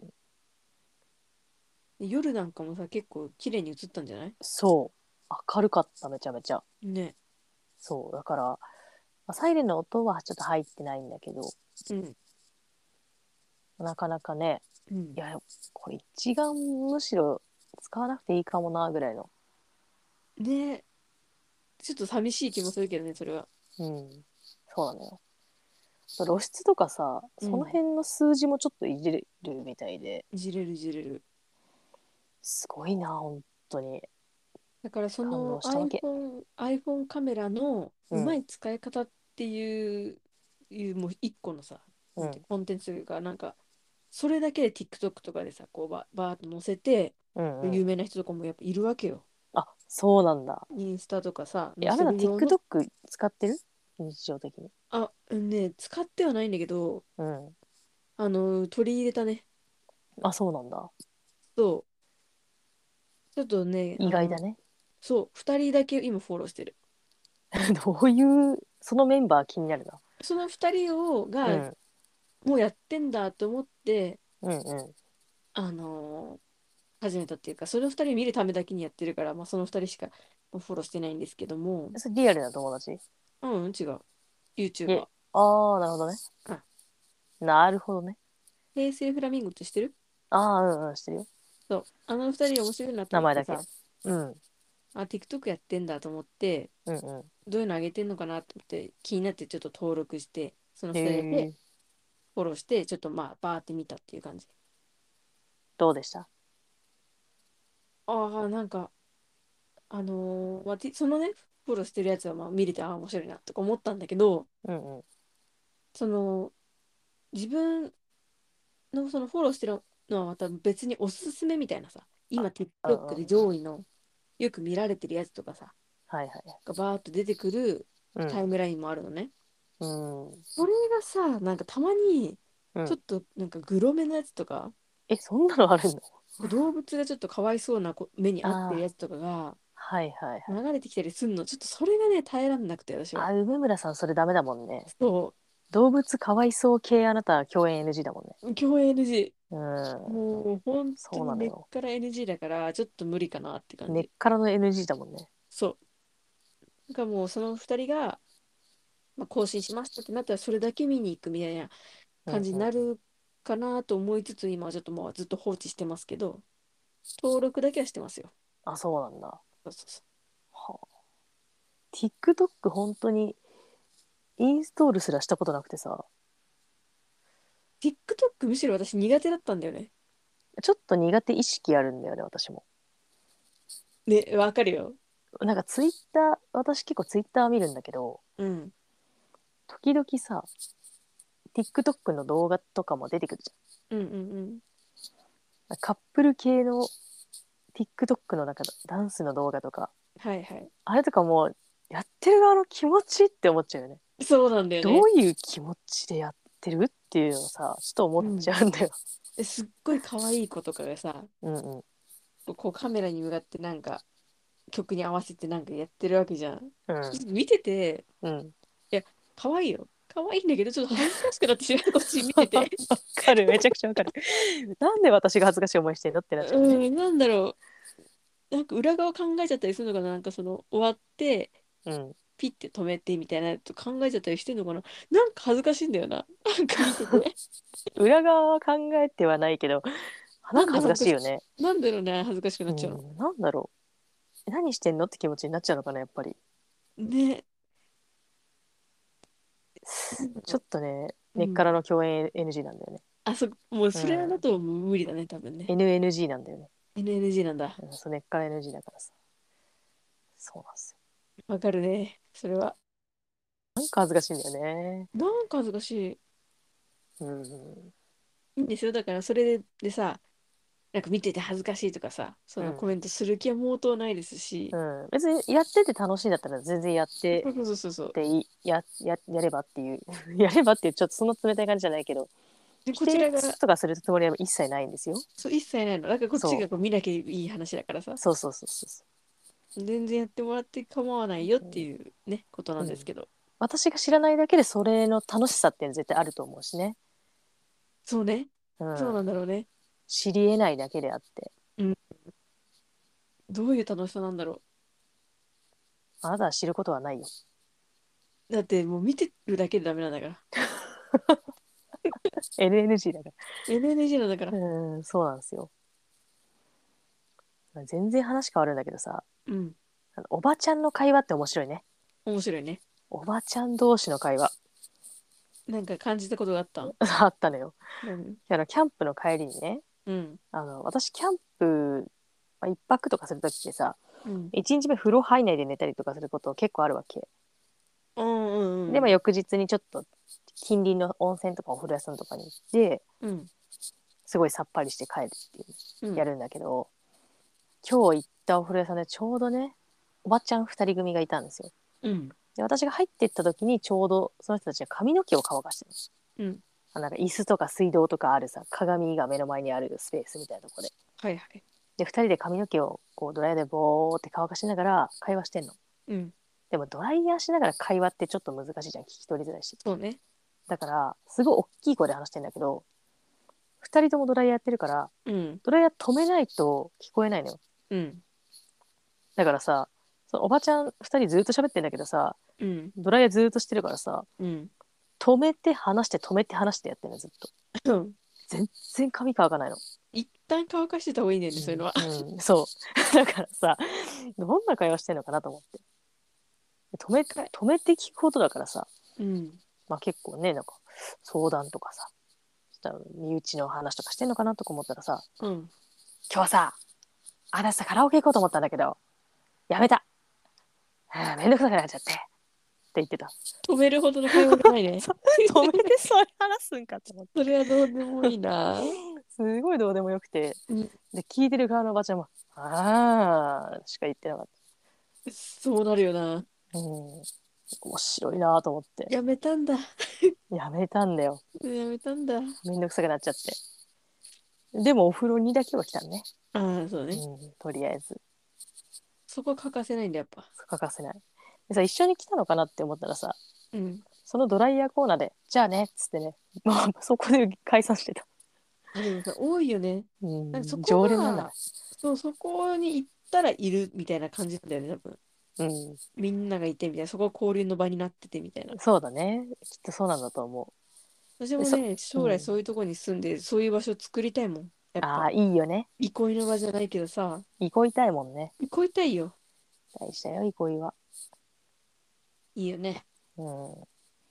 Speaker 2: で夜なんかもさ、結構綺麗に映ったんじゃない？
Speaker 1: そう。明るかった、めちゃめちゃ。
Speaker 2: ね。
Speaker 1: そう。だから、まあサイレンの音はちょっと入ってないんだけど、
Speaker 2: うん。
Speaker 1: なかなかね、
Speaker 2: うん。
Speaker 1: いや、これ一眼むしろ使わなくていいかもな、ぐらいの。
Speaker 2: ね。ちょっと寂しい気もするけどね、それは。
Speaker 1: うん。そうなのよ。露出とかさ、その
Speaker 2: うん。
Speaker 1: 辺の数字もちょっといじれるみたいで、
Speaker 2: いじれるいじれる。
Speaker 1: すごいな、本当に。
Speaker 2: だからそ
Speaker 1: 感
Speaker 2: の
Speaker 1: 動したわけ。
Speaker 2: iPhone、iPhone カメラのうま
Speaker 1: うん。
Speaker 2: い使い方っていう、いうもう一個のさ、なんて
Speaker 1: うん。
Speaker 2: コンテンツがなんか、それだけで TikTok とかでさ、こうバ、バーっと載せて、
Speaker 1: うんうん。
Speaker 2: 有名な人とかもやっぱいるわけよ。
Speaker 1: あ、そうなんだ。
Speaker 2: インスタとかさ、
Speaker 1: え、
Speaker 2: 載せ
Speaker 1: あなた
Speaker 2: る用の、
Speaker 1: TikTok 使ってる？日常的に。
Speaker 2: あ、ね、使ってはないんだけど、
Speaker 1: うん。
Speaker 2: あの、取り入れたね。
Speaker 1: あ、そうなんだ。
Speaker 2: そう、ちょっとね、あの、
Speaker 1: 意外だね。
Speaker 2: そう、ふたりだけ今フォローしてる。
Speaker 1: どういう、そのメンバー気になるな。
Speaker 2: そのふたりを、が、
Speaker 1: うん。
Speaker 2: もうやってんだと思って、
Speaker 1: うんう
Speaker 2: あのー始めたっていうか、そのふたり見るためだけにやってるから、まあ、そのふたりしかフォローしてないんですけども、
Speaker 1: ん。それリアルな友達？
Speaker 2: うん、違う。
Speaker 1: え、
Speaker 2: YouTuber。
Speaker 1: ああ、なるほどね。
Speaker 2: あ、
Speaker 1: なるほどね。
Speaker 2: 平成フラミンゴって知ってる？
Speaker 1: ああ、うんうん、してるよ。
Speaker 2: そう。あのふたり面白いなと
Speaker 1: 名前だけ。
Speaker 2: 思ってさ、
Speaker 1: うん。
Speaker 2: あ、TikTok やってんだと思って、
Speaker 1: うんう
Speaker 2: どういうの上げてんのかなと思って気になってちょっと登録して、その
Speaker 1: ん。へ
Speaker 2: ふたりだけ
Speaker 1: え、
Speaker 2: フォローして、ちょっとまあ、バーって見たっていう感じ。
Speaker 1: どうでした？
Speaker 2: ああ、なんか、あのーまあ、てそのね、フォローしてるやつはまあ見れて、ああ、面白いなとか思ったんだけど、
Speaker 1: うんうん。
Speaker 2: その、自分のそのフォローしてるのはまた別におすすめみたいなさ、今
Speaker 1: うんう
Speaker 2: TikTok で
Speaker 1: ん。
Speaker 2: 上位のよく見られてるやつとかさ、
Speaker 1: はいはい。
Speaker 2: がバーっと出てくる
Speaker 1: うん。
Speaker 2: タイムラインもあるのね。
Speaker 1: うん。
Speaker 2: それがさ、なんかたまに
Speaker 1: うん。
Speaker 2: ちょっとなんかグロめのやつとか、
Speaker 1: え、そんなのあるの？
Speaker 2: 動物がちょっとかわいそうなこ目に
Speaker 1: あ
Speaker 2: 遭ってるや
Speaker 1: あ、
Speaker 2: つとかが
Speaker 1: はいはいはい。
Speaker 2: 流れてきたりするの、ちょっとそれがね、耐えられなくて、私は。
Speaker 1: あ、梅村さんそれダメだもんね。
Speaker 2: そ
Speaker 1: 動物かわいそう系あなた共演 エヌジー だもんね。
Speaker 2: う、共演 エヌジ
Speaker 1: う
Speaker 2: ー。
Speaker 1: ん。
Speaker 2: もう本当に
Speaker 1: そうなのよ。
Speaker 2: 根っから エヌジー だから、ちょっと無理かなって感
Speaker 1: 根っ
Speaker 2: じ。
Speaker 1: からの エヌジー だもんね。
Speaker 2: そう。なんかもうそのふたりが、まあ、更新しましたってなったら、それだけ見に行くみたいな感じに
Speaker 1: うんうん。
Speaker 2: なるかなと思いつつ、今はちょっともうずっと放置してますけど、登録だけはしてますよ。
Speaker 1: あ、そうなんだ。
Speaker 2: そうそうそ
Speaker 1: はあ、TikTok 本当にインストールすらしたことなくてさ、
Speaker 2: う。TikTok むしろ私苦手だったんだよね。
Speaker 1: ちょっと苦手意識あるんだよね、私も。
Speaker 2: ね、わかるよ。
Speaker 1: なんか Twitter、私結構 Twitter 見るんだけど、
Speaker 2: うん。
Speaker 1: 時々さ、TikTok の動画とかも出てくるじ
Speaker 2: うんうん
Speaker 1: ゃん。カップル系の TikTok のなんかダンスの動画とか、
Speaker 2: はいはい。
Speaker 1: あれとかもうやってる側の気持ちって思っちゃうよね。
Speaker 2: そうなんだよね。
Speaker 1: どういう気持ちでやってるっていうのをさ、ちょっと思っ
Speaker 2: うん。
Speaker 1: ちゃうんだよ。
Speaker 2: ですっごい可愛い子とかがさ、
Speaker 1: うんうん。
Speaker 2: こうカメラに向かってなんか曲に合わせてなんかやってるわけじゃん。
Speaker 1: うん。
Speaker 2: 見てて、
Speaker 1: うん。
Speaker 2: いや、可愛いよ。可愛いんだけど、ちょっと恥ずかしくなってしまう、こっち見てて。
Speaker 1: わかる。めちゃくちゃわかる。なんで私が恥ずかしい思いしてんのってなっちゃうよね。
Speaker 2: うん、なんだろう。なんか裏側考えちゃったりするのかな。なんかその終わって、
Speaker 1: うん。
Speaker 2: ピッて止めてみたいなやつ考えちゃったりしてんのかな。なんか恥ずかしいんだよな。なんか見てて。
Speaker 1: 裏側は考えてはないけど、なん
Speaker 2: なん
Speaker 1: か恥ず
Speaker 2: で恥ずかし
Speaker 1: かしいよね。
Speaker 2: い。なんだろうね、恥ずかしくなっちゃうの。
Speaker 1: うん。なんだろう。何してんのって気持ちになっちゃうのかな、やっぱり。
Speaker 2: ね。
Speaker 1: ちょっとね、
Speaker 2: うん。
Speaker 1: 根っからの共演 エヌジー なんだよね。
Speaker 2: あ、そ、もう
Speaker 1: う
Speaker 2: それだ
Speaker 1: ん。
Speaker 2: と無理だね、多分ね。
Speaker 1: エヌエヌジー なんだよね。
Speaker 2: エヌエヌジー なんだ。
Speaker 1: うん、そう、根っから エヌジー だからさ。そうなんです
Speaker 2: わかるね。それは。
Speaker 1: よ。なんか恥ずかしいんだよね。
Speaker 2: なんか恥ずかしい。
Speaker 1: うん。
Speaker 2: いいんですよ。だからそれでさ、なんか見てて恥ずかしいとかさ、そ
Speaker 1: うん。
Speaker 2: のコメントする気は毛頭ないですし、
Speaker 1: うん。別にやってて楽しいんだったら全然やって
Speaker 2: そうそうそうそう。
Speaker 1: ていい、や、や、やればっていう。やればっていう、ちょっとその冷たい感じじゃないけど。
Speaker 2: で、
Speaker 1: 否定
Speaker 2: こちらが、
Speaker 1: とかするつもりは一切ないんですよ。
Speaker 2: そう、一切ないの。だからこっち
Speaker 1: そう
Speaker 2: がこう見なきゃいい話だからさ。
Speaker 1: そうそうそうそうそ
Speaker 2: 全然やってもらって構わないよって
Speaker 1: う、
Speaker 2: いうね、ことな
Speaker 1: うん、
Speaker 2: んですけど。
Speaker 1: 私が知らないだけでそれの楽しさっていうのは絶対あると思うしね、
Speaker 2: そうね。
Speaker 1: うん、
Speaker 2: そうなんだろうね。
Speaker 1: 知り得ないだけであって、
Speaker 2: うん。どういう楽しさなんだろ
Speaker 1: あなたは知ることはないよ。
Speaker 2: う。だってもう見てるだけでダメなんだから。
Speaker 1: エヌエヌジー だか
Speaker 2: エヌエヌジー なんだか
Speaker 1: ら。
Speaker 2: ら。
Speaker 1: うん、そうなんですよ。全然話変わるんだけどさ、
Speaker 2: うん。
Speaker 1: あのおばちゃんの会話って面白いね。
Speaker 2: 面白いね。
Speaker 1: おばちゃん同士の会話
Speaker 2: なんか感じたことがあったん？
Speaker 1: あったのよ。
Speaker 2: 何？
Speaker 1: だからキャンプの帰りにね、
Speaker 2: うん。
Speaker 1: あの私キャンプ、まあ、一泊とかするときってさ、
Speaker 2: うん。
Speaker 1: 一日目風呂入んないで寝たりとかすること結構あるわけ。
Speaker 2: うんうん
Speaker 1: で、まあ、
Speaker 2: うん。
Speaker 1: 翌日にちょっと近隣の温泉とかお風呂屋さんとかに行って
Speaker 2: うん。
Speaker 1: すごいさっぱりして帰るっていう
Speaker 2: うん。
Speaker 1: やるんだけど、今日行ったお風呂屋さんでちょうどね、おばちゃんふたり組がいたんですよ。
Speaker 2: うん。
Speaker 1: で、私が入ってった時にちょうどその人たちが髪の毛を乾かしてる
Speaker 2: うん。
Speaker 1: の。なんか椅子とか水道とかあるさ、鏡が目の前にあるスペースみたいなところで。
Speaker 2: はいはい。
Speaker 1: で、ふたりで髪の毛をこうドライヤーでボーって乾かしながら会話してんの。
Speaker 2: うん。
Speaker 1: でもドライヤーしながら会話ってちょっと難しいじゃん。聞き取りづらいし。
Speaker 2: そうね。
Speaker 1: だから、すごい大きい声で話してんだけど、ふたりともドライヤーやってるから、
Speaker 2: うん。
Speaker 1: ドライヤー止めないと聞こえないのよ。
Speaker 2: うん。
Speaker 1: だからさ、そのおばちゃんふたりずっと喋ってんだけどさ、
Speaker 2: うん。
Speaker 1: ドライヤーずっとしてるからさ、
Speaker 2: うん。
Speaker 1: 止めて話して止めて話してやってるのずっと。全然髪乾かないの。
Speaker 2: 一旦乾かしてた方がいいんだよね、そういうのは。
Speaker 1: うん、うん、そう。だからさ、どんな会話してんのかなと思って。止め、
Speaker 2: かい。
Speaker 1: 止めて聞くことだからさ、
Speaker 2: うん。
Speaker 1: まあ結構ね、なんか相談とかさ、したら身内の話とかしてんのかなとか思ったらさ、
Speaker 2: うん。
Speaker 1: 今日さ、あなたさ、カラオケ行こうと思ったんだけど、やめた。あーめんどくさくなっちゃって。って言ってた。
Speaker 2: 止めるほどの会話がないね。
Speaker 1: 止めてそれ話すんかと思って。
Speaker 2: それはどうでもいいな。
Speaker 1: すごいどうでもよくて。
Speaker 2: うん。
Speaker 1: で、聞いてる側のおばちゃんも、あーしか言ってなかっ
Speaker 2: そうなるよな。
Speaker 1: た。うん。面白いなと思って。
Speaker 2: やめたんだ。
Speaker 1: やめたんだよ。
Speaker 2: やめたんだ。
Speaker 1: めんどくさくなっちゃって。でもお風呂にだけは来たね。
Speaker 2: ああ、そうね。
Speaker 1: うん、とりあえず。
Speaker 2: そこ欠かせないんだ、やっぱ。
Speaker 1: 欠かせない。でさ、一緒に来たのかなって思ったらさ、
Speaker 2: うん。
Speaker 1: そのドライヤーコーナーで、じゃあねっつってね、もうそこで解散してた。
Speaker 2: あ、でもさ、多いよね。
Speaker 1: う
Speaker 2: なんかそ
Speaker 1: ん、
Speaker 2: こ
Speaker 1: 常連なんだか
Speaker 2: が、そう、そこに行ったらいるみたいな感じなんだよね、多分。
Speaker 1: ら。う
Speaker 2: みんながいてみたいな。そこが交流の場になっててみたいな。
Speaker 1: ん、そうだね。きっとそうなんだと思う。で、そ、
Speaker 2: 私もね、将来
Speaker 1: うん。
Speaker 2: そういうとこに住んで、そういう場所を作りたいもん。やっぱ、
Speaker 1: ああ、いいよね。
Speaker 2: 憩いの場じゃないけどさ、
Speaker 1: 憩いたいもんね。
Speaker 2: 憩いたいよ。
Speaker 1: 大事だよ、憩いは。
Speaker 2: いいよね。
Speaker 1: うん。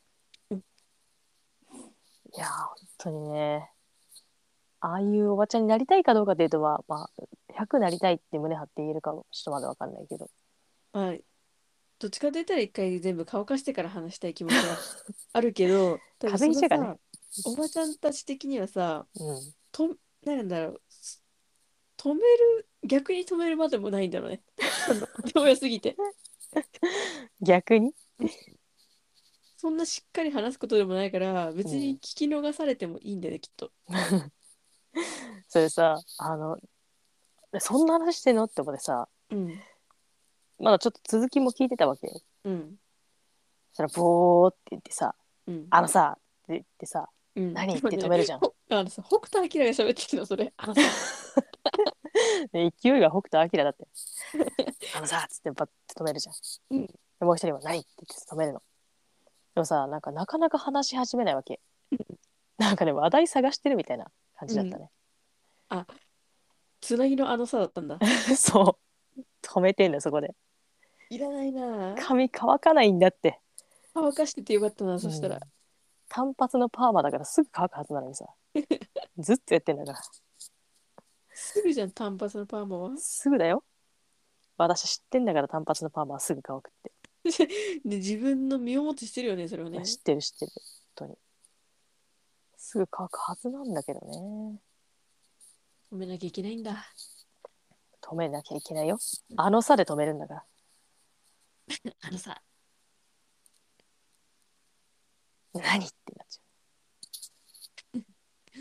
Speaker 1: いやー、本当にね。ああいうおばちゃんになりたいかどうかっていうと、まあ、まあ、ひゃくなりたいって胸張って言えるかもちょっとまだわかんないけど。
Speaker 2: まあ、どっちかと言ったら一回全部乾かしてから話したい気持ちはあるけど、多分
Speaker 1: 風邪ひいちゃうからね。
Speaker 2: そのさ、おばちゃんたち的にはさ、
Speaker 1: うん。
Speaker 2: と、なんだろう、止める、逆に止めるまでもないんだろうね。あの、でも良すぎて。
Speaker 1: 逆に。
Speaker 2: そんなしっかり話すことでもないから、
Speaker 1: うん。
Speaker 2: 別に聞き逃されてもいいんだよね、きっと。
Speaker 1: それさ、あの、そんな話してんのって思ってさ、
Speaker 2: うん、
Speaker 1: まだちょっと続きも聞いてたわけよ。
Speaker 2: うん、
Speaker 1: そしたら、ボーって言ってさ、
Speaker 2: うん、
Speaker 1: あのさ、って言ってさ、
Speaker 2: うん。
Speaker 1: 何っ
Speaker 2: でもね、
Speaker 1: て止めるじゃん。
Speaker 2: ほあのさ、北斗晶が喋ってるの、それ。あのさ、
Speaker 1: で勢いが北斗晶だって。あのさ、つってバッて止めるじゃん。
Speaker 2: うん、
Speaker 1: でもう一人は何って言って止めるの。でもさ、なんかなかなか話し始めないわけ。なんかね、話題探してるみたいな感じ
Speaker 2: うん。
Speaker 1: だったね。
Speaker 2: あ、つなぎのあのさだったんだ。
Speaker 1: そう。止めてんだよ、そこで。
Speaker 2: いらないなぁ。
Speaker 1: 髪乾かないんだって。
Speaker 2: 乾かしててよかったな、
Speaker 1: うん。
Speaker 2: そしたら。
Speaker 1: 単発のパーマだからすぐ乾くはずなのにさ。ずっとやってんだから。
Speaker 2: すぐじゃん、単発のパーマは。
Speaker 1: すぐだよ。私知ってんだから単発のパーマはすぐ乾くって。
Speaker 2: で、自分の身をもってしてるよね、それをね。
Speaker 1: 知ってる知ってる。本当に。すぐ乾くはずなんだけどね。
Speaker 2: 止めなきゃいけないんだ。
Speaker 1: 止めなきゃいけないよ。あの差で止めるんだから。
Speaker 2: あのさ、
Speaker 1: 何ってなっちゃ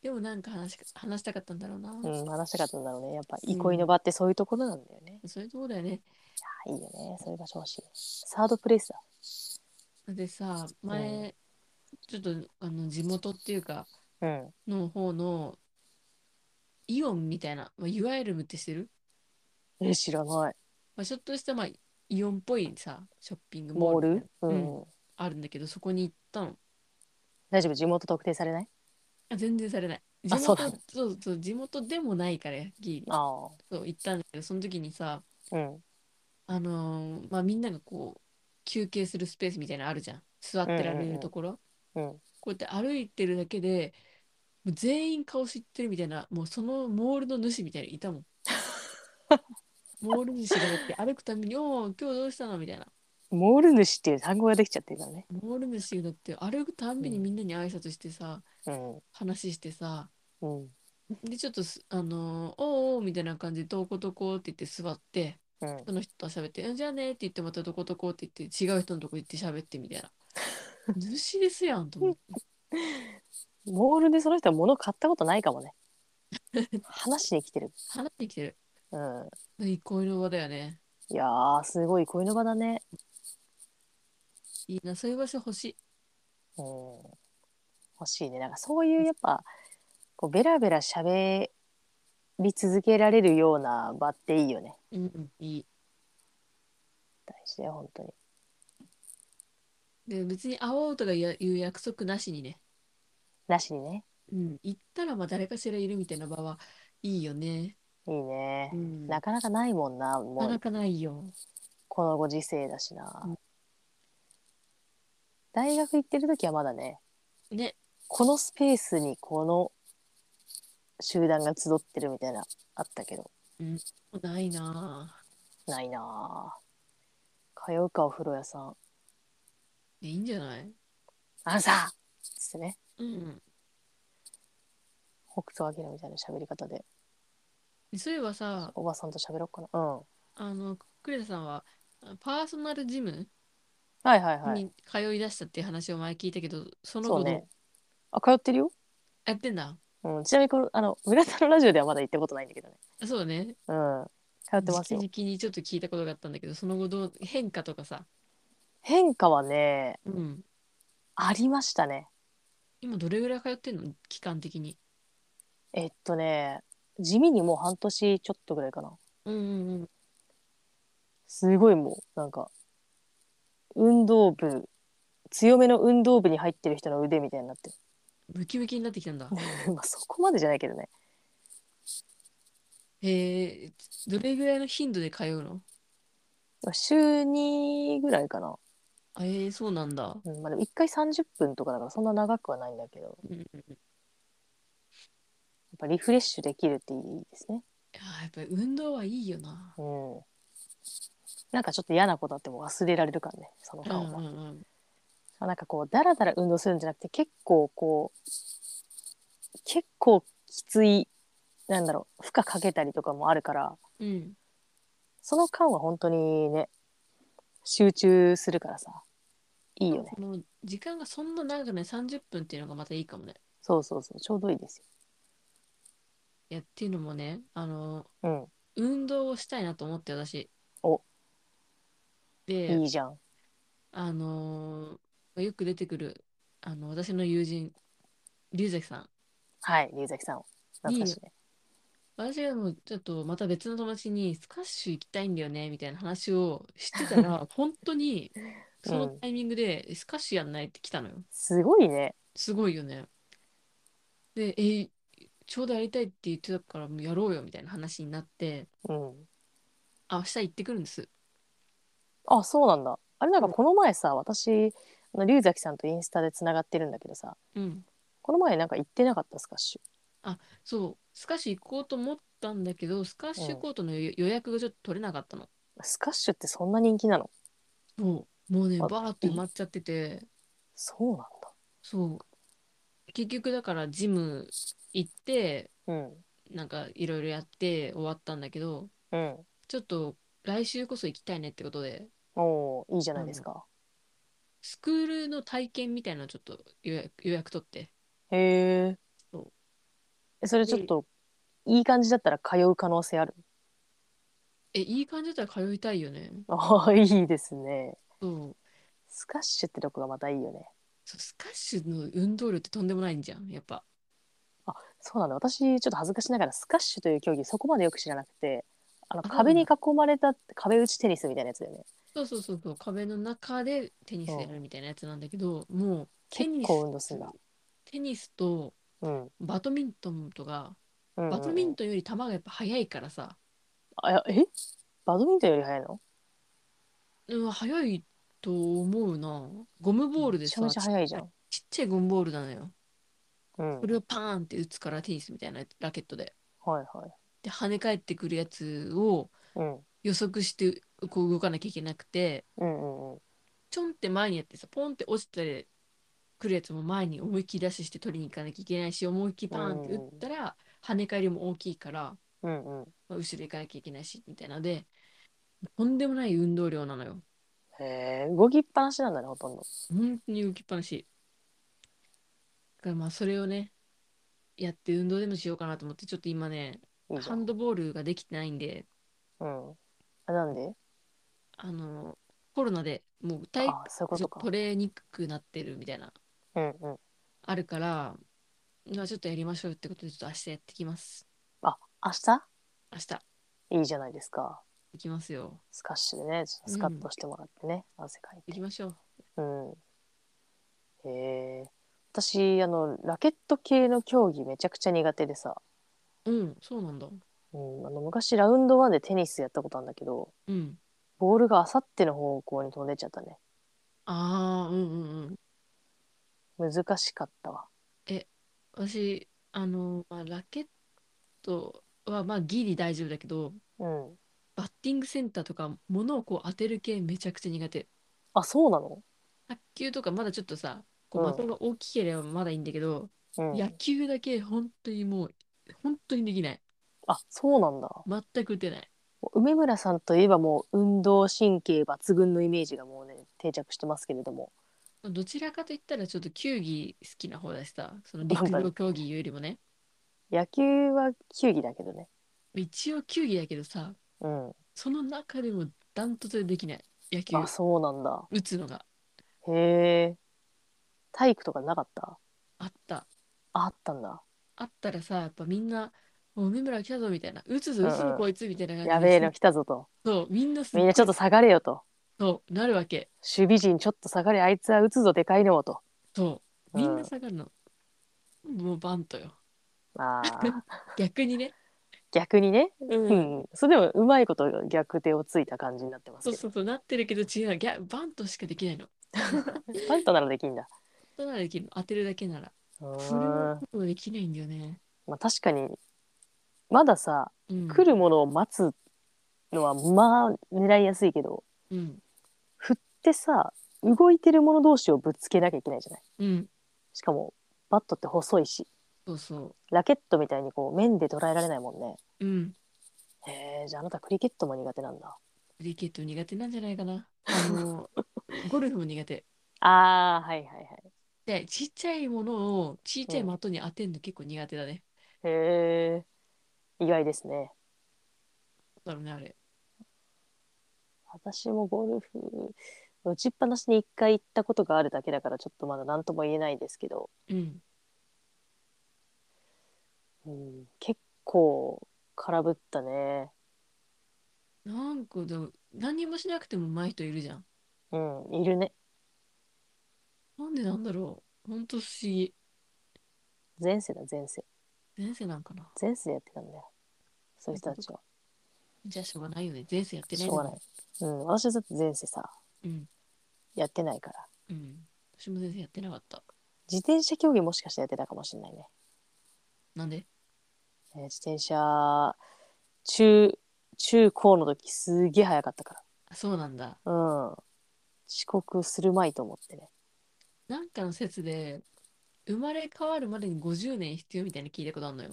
Speaker 2: でもなんか話し、話したかったんだろうな。
Speaker 1: うん、話したかったんだろうね。やっぱ
Speaker 2: うん。
Speaker 1: 憩いの場ってそういうところなんだよね。
Speaker 2: そういうとこだよね。
Speaker 1: あ、いいよね。そういう場所欲しい。サードプレイスだ。
Speaker 2: でさ、
Speaker 1: うん。
Speaker 2: 前、ちょっとあの地元っていうか、
Speaker 1: うん。
Speaker 2: の方のイオンみたいな、まあ、いわゆるってしてる、
Speaker 1: え、知らない。
Speaker 2: まあ、ちょっとした、まあ、イオンっぽいさ、ショッピングモー
Speaker 1: モール
Speaker 2: ルみたいな、うん、
Speaker 1: うん。
Speaker 2: あるんだけど、そこに行ったの。
Speaker 1: 大丈夫、地元特定されない？
Speaker 2: あ、全然されない。
Speaker 1: あ、
Speaker 2: 地元、
Speaker 1: そうなの。
Speaker 2: そうそう、地元でもないから、ギリ。
Speaker 1: あ
Speaker 2: そう、行ったんだけど、その時にさ、
Speaker 1: あ。うん。
Speaker 2: あのーまあ、みんながこう、休憩するスペースみたいなのあるじゃん。座
Speaker 1: うん
Speaker 2: ってられる
Speaker 1: うん
Speaker 2: ところ。
Speaker 1: うん。うん。
Speaker 2: こうやって歩いてるだけで、もう全員顔知ってるみたいな、もうそのモールの主みたいなのいたもん。モール主がだって歩くたびに、おお、今日どうしたのみたいな。
Speaker 1: モール主っていう単語ができちゃってるからね。
Speaker 2: モール主がだって歩くたんびにみんなに挨拶してさ、
Speaker 1: うん。
Speaker 2: 話してさ、
Speaker 1: うん。
Speaker 2: で、ちょっとす、あのーおーおーみたいな感じで、どこどこって言って座って、
Speaker 1: うん。
Speaker 2: その人と喋って、うんじゃあねって言って、またどこどこって言って、違う人のとこ行って喋ってみたいな。主ですやんと思って。
Speaker 1: モールでその人は物買ったことないかもね。話しに来てる。
Speaker 2: 話してきてる。
Speaker 1: うん。
Speaker 2: 憩いの場だよね。
Speaker 1: いやー、すごい恋の場だね。
Speaker 2: いいな、そういう場所欲し
Speaker 1: うん。欲しいね。なんかそういうやっぱ、こうベラベラ喋り続けられるような場っていいよね。
Speaker 2: い。うん、いい。
Speaker 1: 大事だよ、本当に。
Speaker 2: で、別に会おうとかいういう約束なしにね。
Speaker 1: なしにね。
Speaker 2: うん、行ったらまあ誰かしらいるみたいな場はいいよね。
Speaker 1: いいね。
Speaker 2: うん。な
Speaker 1: なかなかないもんな。もう、
Speaker 2: かなかないよ。
Speaker 1: このご時世だしな。
Speaker 2: うん、
Speaker 1: 大学行ってる時はまだね、
Speaker 2: ね。
Speaker 1: このスペースにこの集団が集ってるみたいな、あったけど、
Speaker 2: うん。ないな
Speaker 1: ないなぁ。通うか、お風呂屋さん。
Speaker 2: ぁ。いいんじゃない？
Speaker 1: あのさつってね、
Speaker 2: うん。
Speaker 1: 北斗晶みたいな喋り方で、
Speaker 2: そういえばさ、
Speaker 1: おばさんと喋ろうかな。うん。は
Speaker 2: あの、クレタさんはパーソナルジム
Speaker 1: いはいはい。
Speaker 2: に通い出したっていう話を前聞いたけど、その後どう？
Speaker 1: そうね。あ、通ってるよ。
Speaker 2: やってんだ。
Speaker 1: うん。ちなみにこの、あの、村田のラジオではまだ行ったことないんだけどね。
Speaker 2: そうだね。
Speaker 1: うん。通ってますよ。
Speaker 2: 時期的にちょっと聞いたことがあったんだけど、その後どう、変化とかさ。
Speaker 1: 変化はね、
Speaker 2: うん。
Speaker 1: ありましたね。
Speaker 2: 今どれぐらい通ってんの期間的に？
Speaker 1: えっとね、地味にもう半年ちょっとぐらいかな。
Speaker 2: うんうんうん。
Speaker 1: すごいもう、なんか、運動部、強めの運動部に入ってる人の腕みたいになって
Speaker 2: ムキムキになってきたんだ。
Speaker 1: る。まあそこまでじゃないけどね。
Speaker 2: へえ、どれぐらいの頻度で通うの？
Speaker 1: 週にぐらいかな。
Speaker 2: あ、えー、そうなんだ。
Speaker 1: うん、まあでもいっかいさんじゅっぷんとかだからそんな長くはないんだけど、やっ
Speaker 2: うんうんうん。い
Speaker 1: ぱリフレッシュできるっていいですね。
Speaker 2: やー、やっぱり運動はいいよな。
Speaker 1: うん。なんかちょっと嫌なことあっても忘れられるからね、その
Speaker 2: うん
Speaker 1: 間は。
Speaker 2: うんうん。
Speaker 1: なんかこう、だらだら運動するんじゃなくて、結構こう、結構きつい、なんだろう、負荷かけたりとかもあるから、
Speaker 2: うん。
Speaker 1: その間は本当にね、集中するからさ、いいよね。
Speaker 2: この時間がそんな長くないさんじゅっぷんっていうのがまたいいかもね。
Speaker 1: そうそうそう、ちょうどいいです
Speaker 2: いや、っていうのもね、あの、
Speaker 1: よ。
Speaker 2: 運動をしたいなと思って私。
Speaker 1: うん。お、
Speaker 2: で、
Speaker 1: いいじゃん。
Speaker 2: あのーよく出てくる、あの、私の友人、龍崎さん
Speaker 1: はい、龍崎さん。懐かし
Speaker 2: に、
Speaker 1: いね。
Speaker 2: 私がもうちょっとまた別の友達にスカッシュ行きたいんだよねみたいな話をしてたら、本当に
Speaker 1: うん。
Speaker 2: そのタイミングでスカッシュやんないって来たのよ。
Speaker 1: すごいね。
Speaker 2: すごいよね。で、えーちょうどやりたいって言ってたからもうやろうよみたいな話になって、
Speaker 1: うん。
Speaker 2: あ、明日行ってくるんです。
Speaker 1: あ、そうなんだ。あれなんか
Speaker 2: そう。
Speaker 1: この前さ、私、あの龍崎さんとインスタでつながってるんだけどさ、
Speaker 2: うん。
Speaker 1: この前なんか行ってなかったスカッシ
Speaker 2: あ、そう。スカッシュ行こうと思ったんだけど、スカッ
Speaker 1: ュ。うん。
Speaker 2: シュコートの予予約がちょっと取れなかったの。
Speaker 1: スカッシュってそんな人気なの？
Speaker 2: そう。もうね、
Speaker 1: あ、
Speaker 2: バーっと埋
Speaker 1: え、
Speaker 2: まっちゃってて、
Speaker 1: そうなんだ。
Speaker 2: そう。結局だからジム行って、
Speaker 1: うん。
Speaker 2: なんかいろいろやって終わったんだけど、
Speaker 1: うん。
Speaker 2: ちょっと来週こそ行きたいねってことで、
Speaker 1: おー、いいじゃな
Speaker 2: あの、
Speaker 1: いですか。
Speaker 2: スクールの体験みたいなのちょっと予約、予約取って、
Speaker 1: へえ。
Speaker 2: そう。
Speaker 1: えそれちょっ
Speaker 2: で、
Speaker 1: といい感じだったら通う可能性ある？
Speaker 2: え、いい感じだったら通いたいよね。
Speaker 1: ああ、いいですね。
Speaker 2: そう。
Speaker 1: スカッシュってとこがまたいいよね。
Speaker 2: そうスカッシュの運動量ってとんでもないんじゃん、やっぱ。
Speaker 1: あ、そうなんだ。私、ちょっと恥ずかしながらスカッシュという競技そこまでよく知らなくて、あの、
Speaker 2: あ、そうな
Speaker 1: 壁に囲
Speaker 2: んだ。
Speaker 1: まれた壁打ちテニスみたいなやつだよね。
Speaker 2: そうそうそうそう、壁の中でテニ
Speaker 1: うん。
Speaker 2: スやるみたいなやつなんだけど、もうテ
Speaker 1: 結構
Speaker 2: ニス、
Speaker 1: 運動するんだ。
Speaker 2: テニスと
Speaker 1: うん。
Speaker 2: バドミントンとか、
Speaker 1: うん
Speaker 2: バド
Speaker 1: うんうん。
Speaker 2: ミントンより球がやっぱ速いからさ、
Speaker 1: あ、やえバドミントンより速いの？
Speaker 2: うん、速いと思うな。ゴムボールでさ、
Speaker 1: めちゃめちゃ
Speaker 2: ちっちゃい、
Speaker 1: 速いじゃん。
Speaker 2: ちっちゃいゴムボールなのよ。
Speaker 1: うん。
Speaker 2: それをパーンって打つからテニスみたいなラケットで。
Speaker 1: はいはい。
Speaker 2: で、跳ね返ってくるやつを
Speaker 1: うん。
Speaker 2: 予測してこう動かなきゃいけなくて、
Speaker 1: うんうんうん。
Speaker 2: ちょんって前にやってさ、ポンって落ちてくるやつも前に思いっきりダッシュして取りに行かなきゃいけないし、思いっきり
Speaker 1: う
Speaker 2: パーンって打っ
Speaker 1: んうん。
Speaker 2: たら跳ね返りも大きいから、
Speaker 1: うんうん。
Speaker 2: まあ、後ろ行かなきゃいけないし、みたいなので、とんでもない運動量なのよ。
Speaker 1: へえ、動きっぱなしなんだね、ほとんど。
Speaker 2: 本当に動きっぱなし。だからまあそれをね、やって運動でもしようかなと思って、ちょっと今ね、
Speaker 1: いいじゃん。
Speaker 2: ハンドボールができてないんで、
Speaker 1: うん。あ、なんで？
Speaker 2: あの、コロナでもう体
Speaker 1: あ、
Speaker 2: 育
Speaker 1: そういうことか。
Speaker 2: ちょっと取れにくくなってるみたいな、
Speaker 1: うんうん。
Speaker 2: あるから、まあ、ちょっとやりましょうってことで、ちょっと明日やってきます。
Speaker 1: あ、明日
Speaker 2: 明日
Speaker 1: いいじゃないですか。
Speaker 2: 行きますよ。
Speaker 1: スカッシュでね、ちょっとスカッ
Speaker 2: うん。
Speaker 1: としてもらってね、汗かいて。
Speaker 2: 行きましょう。
Speaker 1: うん。へえ。私、あの、ラケット系の競技めちゃくちゃ苦手でさ、
Speaker 2: うん、そうなんだ。
Speaker 1: うん、あの、昔ラウンドワンでテニスやったことあるんだけど、
Speaker 2: うん。
Speaker 1: ボールがあさっての方向に飛んでっちゃったね。
Speaker 2: ああ、うんうんうん。
Speaker 1: 難しかったわ。
Speaker 2: え、私、あの、まあ、ラケットはまあギリ大丈夫だけど、
Speaker 1: うん。
Speaker 2: バッティングセンターとか、物をこう当てる系めちゃくちゃ苦手。
Speaker 1: あ、そうなの？
Speaker 2: 卓球とかまだちょっとさ、こ
Speaker 1: うん。
Speaker 2: う的が大きければまだいいんだけど、
Speaker 1: うん。
Speaker 2: 野球だけ本当にもう、本当にできない。
Speaker 1: あ、そうなんだ。
Speaker 2: 全く打てない。
Speaker 1: 梅村さんといえばもう運動神経抜群のイメージがもうね、定着してますけれども。
Speaker 2: どちらかといったらちょっと球技好きな方だしさ、その
Speaker 1: なんだ、
Speaker 2: 陸上競技よりもね、
Speaker 1: 野球は球技だけどね。
Speaker 2: 一応球技だけどさ、
Speaker 1: うん。
Speaker 2: その中でもダントツでできない。野
Speaker 1: あ、
Speaker 2: 球、
Speaker 1: そうなんだ。
Speaker 2: 打つのが
Speaker 1: へえ。体育とかなかった？
Speaker 2: あった。
Speaker 1: あ、あったんだ。
Speaker 2: あったらさ、やっぱみんな、もう梅村来たぞみたいな、打つぞ、打つぞ、
Speaker 1: うんうん。
Speaker 2: こいつみたいな感じです。
Speaker 1: やべえの来たぞと。
Speaker 2: そう、みんなすっごい、
Speaker 1: みんなちょっと下がれよと。
Speaker 2: そうなるわけ。
Speaker 1: 守備陣ちょっと下がれ、あいつは打つぞ、でかいのをと。
Speaker 2: そう、みんな
Speaker 1: うん。
Speaker 2: 下がるの。もうバントよ。
Speaker 1: ああ、
Speaker 2: 逆にね。
Speaker 1: 逆にね。
Speaker 2: うん。
Speaker 1: うん。それでもうまいこと逆手をついた感じになってますけど。
Speaker 2: そうそうそう、なってるけど違う。ギャバントしかできないの。
Speaker 1: パントならできんだ。
Speaker 2: 当ならできるの。当てるだけなら。
Speaker 1: う
Speaker 2: 振る
Speaker 1: ーん。
Speaker 2: ことできないんだよね。
Speaker 1: まあ確かに、まださ、
Speaker 2: うん。
Speaker 1: 来るものを待つのはまあ狙いやすいけど、
Speaker 2: うん。
Speaker 1: 振ってさ、動いてるもの同士をぶつけなきゃいけないじゃない。
Speaker 2: うん。
Speaker 1: しかも、バットって細いし、
Speaker 2: そうそ
Speaker 1: ラケットみたいにこう面で捉えられないもんね。
Speaker 2: う。うん。
Speaker 1: へえ、じゃああなたクリケットも苦手なんだ。
Speaker 2: クリケット苦手なんじゃないかな。あの、ゴルフも苦手。
Speaker 1: ああ、はいはいはい。
Speaker 2: で、ちっちゃいものをちっちゃい
Speaker 1: うん。
Speaker 2: 的に当てるの結構苦手だね。
Speaker 1: へえ、意外ですね。
Speaker 2: だろうね、あれ。
Speaker 1: 私もゴルフ、打ちっぱなしに一回行ったことがあるだけだからちょっとまだ何とも言えないですけど、
Speaker 2: うん。
Speaker 1: うん、結構空振ったね。
Speaker 2: なんかでも、何もしなくても上手い人いるじゃん。
Speaker 1: うん、いるね。
Speaker 2: なんでなんだろう。ほんと不思議。
Speaker 1: 前世だ、前世。
Speaker 2: 前世なんかな。
Speaker 1: 前世でやってたんだよ。そういう
Speaker 2: そういうことか。
Speaker 1: 人たちは。
Speaker 2: じゃあしょうがないよね。前世やってないんだもん。
Speaker 1: しょうがない。うん、私だって前世さ、
Speaker 2: うん。
Speaker 1: やってないから。
Speaker 2: うん。私も前世やってなかった。
Speaker 1: 自転車競技もしかしてやってたかもしれないね。
Speaker 2: なんで？
Speaker 1: えー自転車、中、中高の時すげえ早かったか
Speaker 2: あ、そうなんだ。
Speaker 1: ら。うん。遅刻するまいと思ってね。
Speaker 2: なんかの説で、生まれ変わるまでにごじゅうねん必要みたいに聞いたことあるのよ。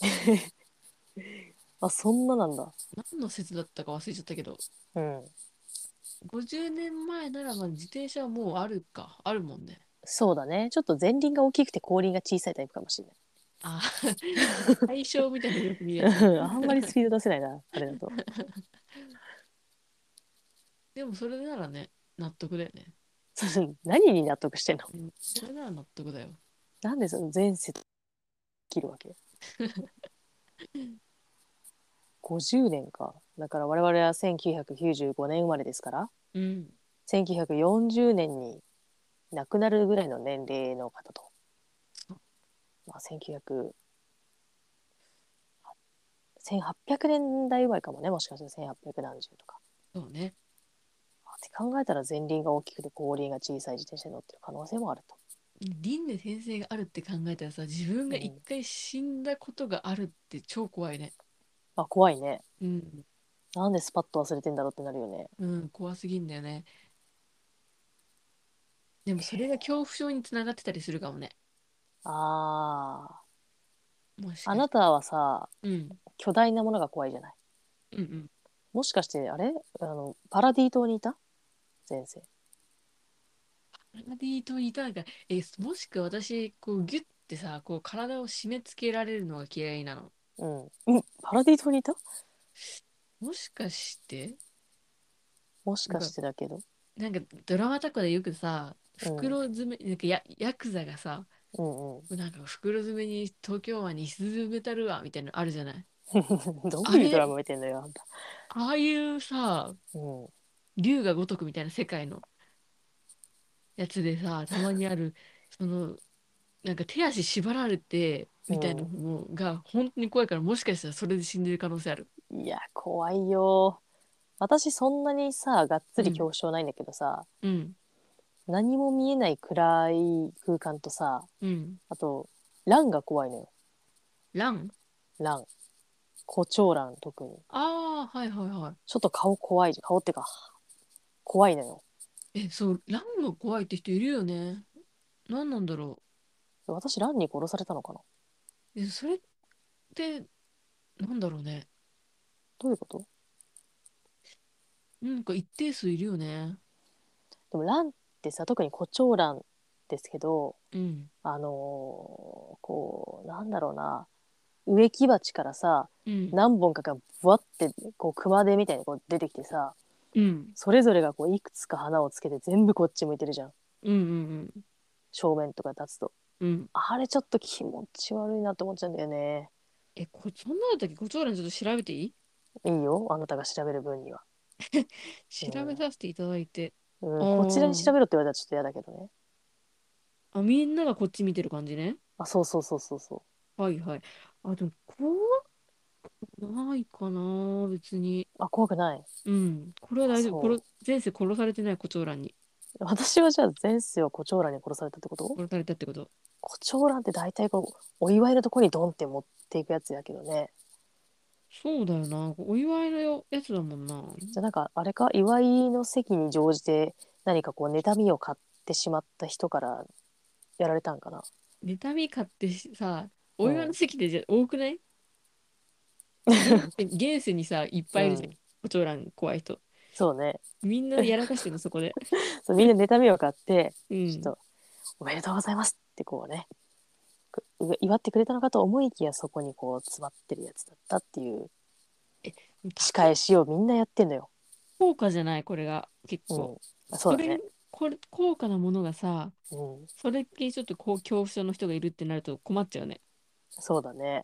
Speaker 1: あ、そんななんだ。
Speaker 2: 何の説だったか忘れちゃったけど、
Speaker 1: うん。
Speaker 2: ごじゅうねんまえならまあ自転車はもうあるか、あるもんね。
Speaker 1: そうだね。ちょっと前輪が大きくて後輪が小さいタイプかもしれない。
Speaker 2: あ、対象みたいなのよく見るやつね。
Speaker 1: あんまりスピード出せないな、あれだと。
Speaker 2: でもそれならね、納得だよね。
Speaker 1: 何に納得してんの？
Speaker 2: うん、それなら納得だよ。
Speaker 1: なんでその前世切るわけ？ ごじゅう 年か。だから我々はせんきゅうひゃくきゅうじゅうごねん生まれですから、
Speaker 2: うん。
Speaker 1: せんきゅうひゃくよんじゅうねんに亡くなるぐらいの年齢の方と、まあ、せんきゅうひゃく、せんはっぴゃくねんだい生まれかもね、もしかしたらせんはっぴゃく何十とか。
Speaker 2: そうね。
Speaker 1: って考えたら前輪が大きくて後輪が小さい自転車に乗ってる可能性もあると。
Speaker 2: 輪廻転生があるって考えたらさ、自分が一
Speaker 1: うん、
Speaker 2: 回死んだことがあるって超怖いね。
Speaker 1: あ、怖いね。
Speaker 2: うん。
Speaker 1: なんでスパッと忘れてんだろうってなるよね。
Speaker 2: うん、怖すぎんだよね。でもそれが恐怖症につながってたりするかもね。
Speaker 1: ああ、あ
Speaker 2: もしかして。
Speaker 1: なたはさ、
Speaker 2: うん。
Speaker 1: 巨大なものが怖いじゃない。
Speaker 2: うんうん。
Speaker 1: もしかしてあれあのパラディ島にいた前世？
Speaker 2: パラディ島にいたんか。え、もしくは私、こうギュッてさ、こう体を締め付けられるのが嫌いなの。
Speaker 1: うん、うん、パラディ島にいた？
Speaker 2: もしかして、
Speaker 1: もしか
Speaker 2: なんか、
Speaker 1: してだけど。
Speaker 2: なんかドラマとかでよくさ、
Speaker 1: うん、
Speaker 2: 袋詰め、なんかや、ヤクザがさ、
Speaker 1: うんうん。
Speaker 2: なんか袋詰めに東京湾に沈めたるわ、みたいなのあるじゃない。
Speaker 1: どう
Speaker 2: あれ、
Speaker 1: いうドラマ見てんのよ、あんた。
Speaker 2: ああいうさ、
Speaker 1: うん、
Speaker 2: 竜が如くみたいな世界のやつでさ、たまにある、その、なんか手足縛られて、みたいな
Speaker 1: う
Speaker 2: のが本当に怖いから、もしかしたらそれで死んでる可能性ある。
Speaker 1: ん。いや、怖いよ。私そんなにさ、がっつ
Speaker 2: うん。
Speaker 1: り恐怖症ないんだけどさ、
Speaker 2: うん。
Speaker 1: 何も見えない暗い空間とさ、
Speaker 2: うん。
Speaker 1: あと、ランが怖いのよ。
Speaker 2: ラン。
Speaker 1: ラン。コチョウラン特に。
Speaker 2: ああー、はいはいはい。
Speaker 1: ちょっと顔怖いじゃん。顔ってか、怖いのよ。
Speaker 2: え、そう、ランも怖いって人いるよね。何なんだろ
Speaker 1: 私、ランに殺されたのかな？
Speaker 2: う。え、それって、なんだろうね。
Speaker 1: どういうこと？
Speaker 2: なんか一定数いるよね。
Speaker 1: でも、ランってさ、特にコチョウランですけど、
Speaker 2: うん。
Speaker 1: あのーこう、なんだろうな、植木鉢からさ、
Speaker 2: うん。
Speaker 1: 何本かがブワってこう熊手みたいにこう出てきてさ、
Speaker 2: うん。
Speaker 1: それぞれがこういくつか花をつけて全部こっち向いてるじゃん。
Speaker 2: うんうん
Speaker 1: 正面とか立つと。
Speaker 2: うん。うん。
Speaker 1: あれちょっと気持ち悪いなって思っちゃうんだよね。
Speaker 2: え、こ、そんなだったっけ？コチョウランちょっと調べていい？
Speaker 1: いいよ、あなたが調べる分には。
Speaker 2: 調べさせていただいて。
Speaker 1: うん、
Speaker 2: あ
Speaker 1: うん、こちらに調
Speaker 2: ー、
Speaker 1: べろって言われたらちょっと嫌だけどね。
Speaker 2: あ、みんながこっち見てる感じね。
Speaker 1: あ、そうそうそうそうそ
Speaker 2: はいはい。あ、でも怖くないかな、別に。
Speaker 1: う。あ、怖くない。
Speaker 2: うん。これは
Speaker 1: あ、
Speaker 2: 大丈夫。
Speaker 1: そ
Speaker 2: 殺、前世殺されてないコチョウランに。
Speaker 1: う。私はじゃあ前世をコチョウランに殺されたってこと？
Speaker 2: 殺されたってこと。
Speaker 1: コチョウランって大体こう、お祝いのとこにドンって持っていくやつやけどね。
Speaker 2: そうだよな。お祝いのよやつだもんな。
Speaker 1: じゃあなんかあれか、祝いの席に乗じて何かこう妬みを買ってしまった人からやられたんかな。
Speaker 2: 妬み買ってさ、お祝いの
Speaker 1: うん。
Speaker 2: 席でじゃ多くない？現世、現世にさ、いっぱいいるじゃん。
Speaker 1: うん。
Speaker 2: コチョウラン怖い人。
Speaker 1: そうね。
Speaker 2: みんなやらかしてんの、そこで。
Speaker 1: そうみんな妬みを買って、
Speaker 2: うん。
Speaker 1: ちょっとおめでとうございますってこうね、う祝ってくれたのかと思いきやそこにこう詰まってるやつだったっていう
Speaker 2: え、
Speaker 1: 仕
Speaker 2: 高い
Speaker 1: 返しをみんなやってんのよ。
Speaker 2: 高価じゃない、これが。結構。
Speaker 1: うん。そう
Speaker 2: それ、
Speaker 1: だね。
Speaker 2: これ、高価なものがさ、
Speaker 1: うん。
Speaker 2: それっきりちょっとこう恐怖症の人がいるってなると困っちゃうね。
Speaker 1: そうだね。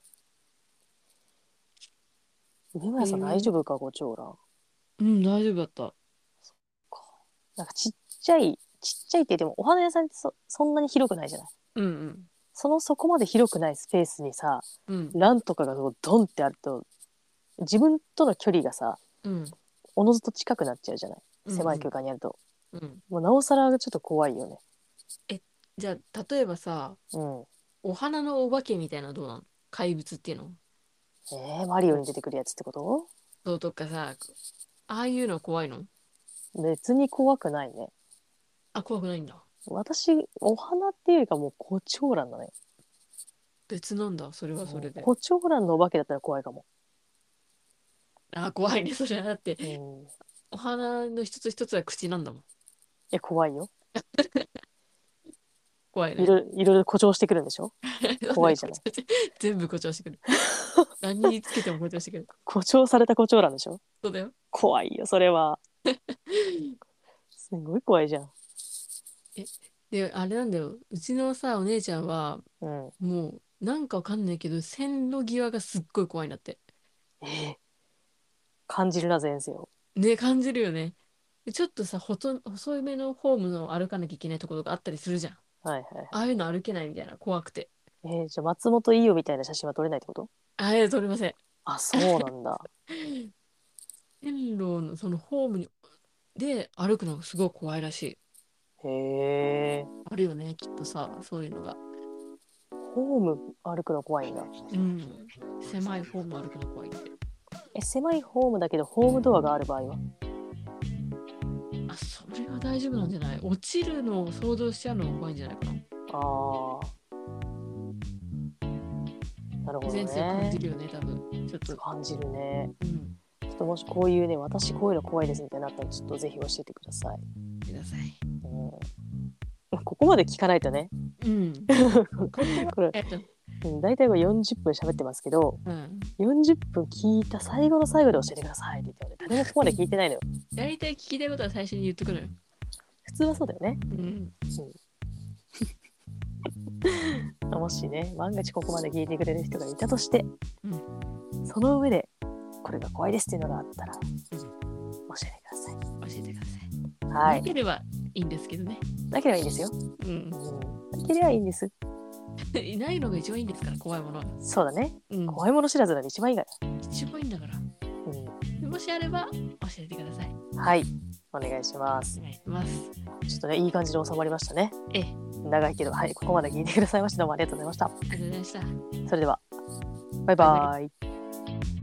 Speaker 1: 梅村さん大
Speaker 2: へえ。
Speaker 1: 丈夫か、ご長男？
Speaker 2: うん、大丈夫だった。
Speaker 1: なんかちっちゃい、ちっちゃいって言ってもお花屋さんってそそんなに広くないじゃない。
Speaker 2: うんうん。
Speaker 1: そのそこまで広くないスペースにさ、
Speaker 2: うん。
Speaker 1: ランとかがこうドンってあると、自分との距離がさ、
Speaker 2: うん。
Speaker 1: おのずと近くなっちゃうじゃない。狭い
Speaker 2: うんうん。
Speaker 1: 空間にあると。
Speaker 2: うん。
Speaker 1: もうなおさらちょっと怖いよね。
Speaker 2: え、じゃあ、例えばさ、
Speaker 1: うん。
Speaker 2: お花のお化けみたいなのどうなの？怪物っていうの？
Speaker 1: えー、マリオに出てくるやつってこと？
Speaker 2: そうとかさ、ああいうの怖いの？
Speaker 1: 別に怖くないね。
Speaker 2: あ、怖くないんだ。
Speaker 1: 私、お花っていうかもうコチョウランだね。
Speaker 2: 別なんだ、それはそ
Speaker 1: うん、
Speaker 2: れで。
Speaker 1: コチョウランのお化けだったら怖いかも。
Speaker 2: あ、怖いね、それは。だって、
Speaker 1: うん。い
Speaker 2: お花の一つ一つは口なんだもん。
Speaker 1: や、怖いよ。
Speaker 2: 怖いね。
Speaker 1: いろいろいろいろ誇張してくるんでしょ。怖いじゃない。
Speaker 2: 全部誇張してくる。何につけても誇張してくる。
Speaker 1: 誇張された誇張なんでしょ。
Speaker 2: そうだよ。
Speaker 1: 怖いよそれは。すごい怖いじゃん。
Speaker 2: え、で、あれなんだよ。うちのさ、お姉ちゃんは、
Speaker 1: うん。
Speaker 2: もう、なんかわかんないけど、線路際がすっごい怖いんだって。
Speaker 1: えー感じるな前世を。
Speaker 2: ね、感じるよね。でちょっとさ、ほと細いめのホームの歩かなきゃいけないところがあったりするじゃん。
Speaker 1: はいはいはい。
Speaker 2: ああいうの歩けないみたいな、怖くて。
Speaker 1: えーじゃあ松本伊代みたいな写真は撮れないってこと？
Speaker 2: ああいうの撮れません。
Speaker 1: あ、そうなんだ。
Speaker 2: 線路のそのホームにで歩くのがすごい怖いらしい。
Speaker 1: へえ。
Speaker 2: あるよね、きっとさ、そういうのが。
Speaker 1: ホーム歩くの怖いんだ。
Speaker 2: うん。狭いホーム歩くの怖いって。
Speaker 1: え、狭いホームだけどホームドアがある場合は？
Speaker 2: あ、それは大丈夫なんじゃない？落ちるのを想像しちゃうのが怖いんじゃないかな。
Speaker 1: ああ。なるほど
Speaker 2: 前世を感じ
Speaker 1: ね。
Speaker 2: るよね、多分。ちょっと。
Speaker 1: 感じるね。
Speaker 2: うん。
Speaker 1: ちょっともしこういうね、私こういうの怖いですみたいになったらちょっとぜひ教えてください。
Speaker 2: ください。
Speaker 1: うん、ここまで聞かないとね。
Speaker 2: うん。
Speaker 1: これ、
Speaker 2: えっと、
Speaker 1: うん、大体はよんじゅっぷん喋ってますけど、
Speaker 2: うん。
Speaker 1: よんじゅっぷん聞いた最後の最後で教えてくださいって言ってもね、誰もここまで聞いてないのよ。
Speaker 2: 大体聞きたいことは最初に言っとくのよ。
Speaker 1: 普通はそうだよね。
Speaker 2: うん。
Speaker 1: うん、もしね、万が一ここまで聞いてくれる人がいたとして、
Speaker 2: うん、
Speaker 1: その上でこれが怖いですっていうのがあったら、
Speaker 2: うん、
Speaker 1: 教えてください。
Speaker 2: 教えてください。
Speaker 1: はい。
Speaker 2: なければいいんですけどね。
Speaker 1: なければいいんですよ。
Speaker 2: うん。
Speaker 1: うん、なければいいんです。
Speaker 2: いないのが一番いいんですから、怖いものは。
Speaker 1: そうだね。
Speaker 2: うん。
Speaker 1: 怖いもの知らずなら一番いいから。
Speaker 2: 一番いいんだから。
Speaker 1: うん、
Speaker 2: もしあれば教えてください。
Speaker 1: はい。お願いします。
Speaker 2: お願いします。
Speaker 1: ちょっとね、いい感じで収まりましたね。
Speaker 2: ええ。
Speaker 1: 長いけど、はい。ここまで聞いてくださいまして、どうもありがとうございました。
Speaker 2: ありがとうございました。
Speaker 1: それでは、バイバイ。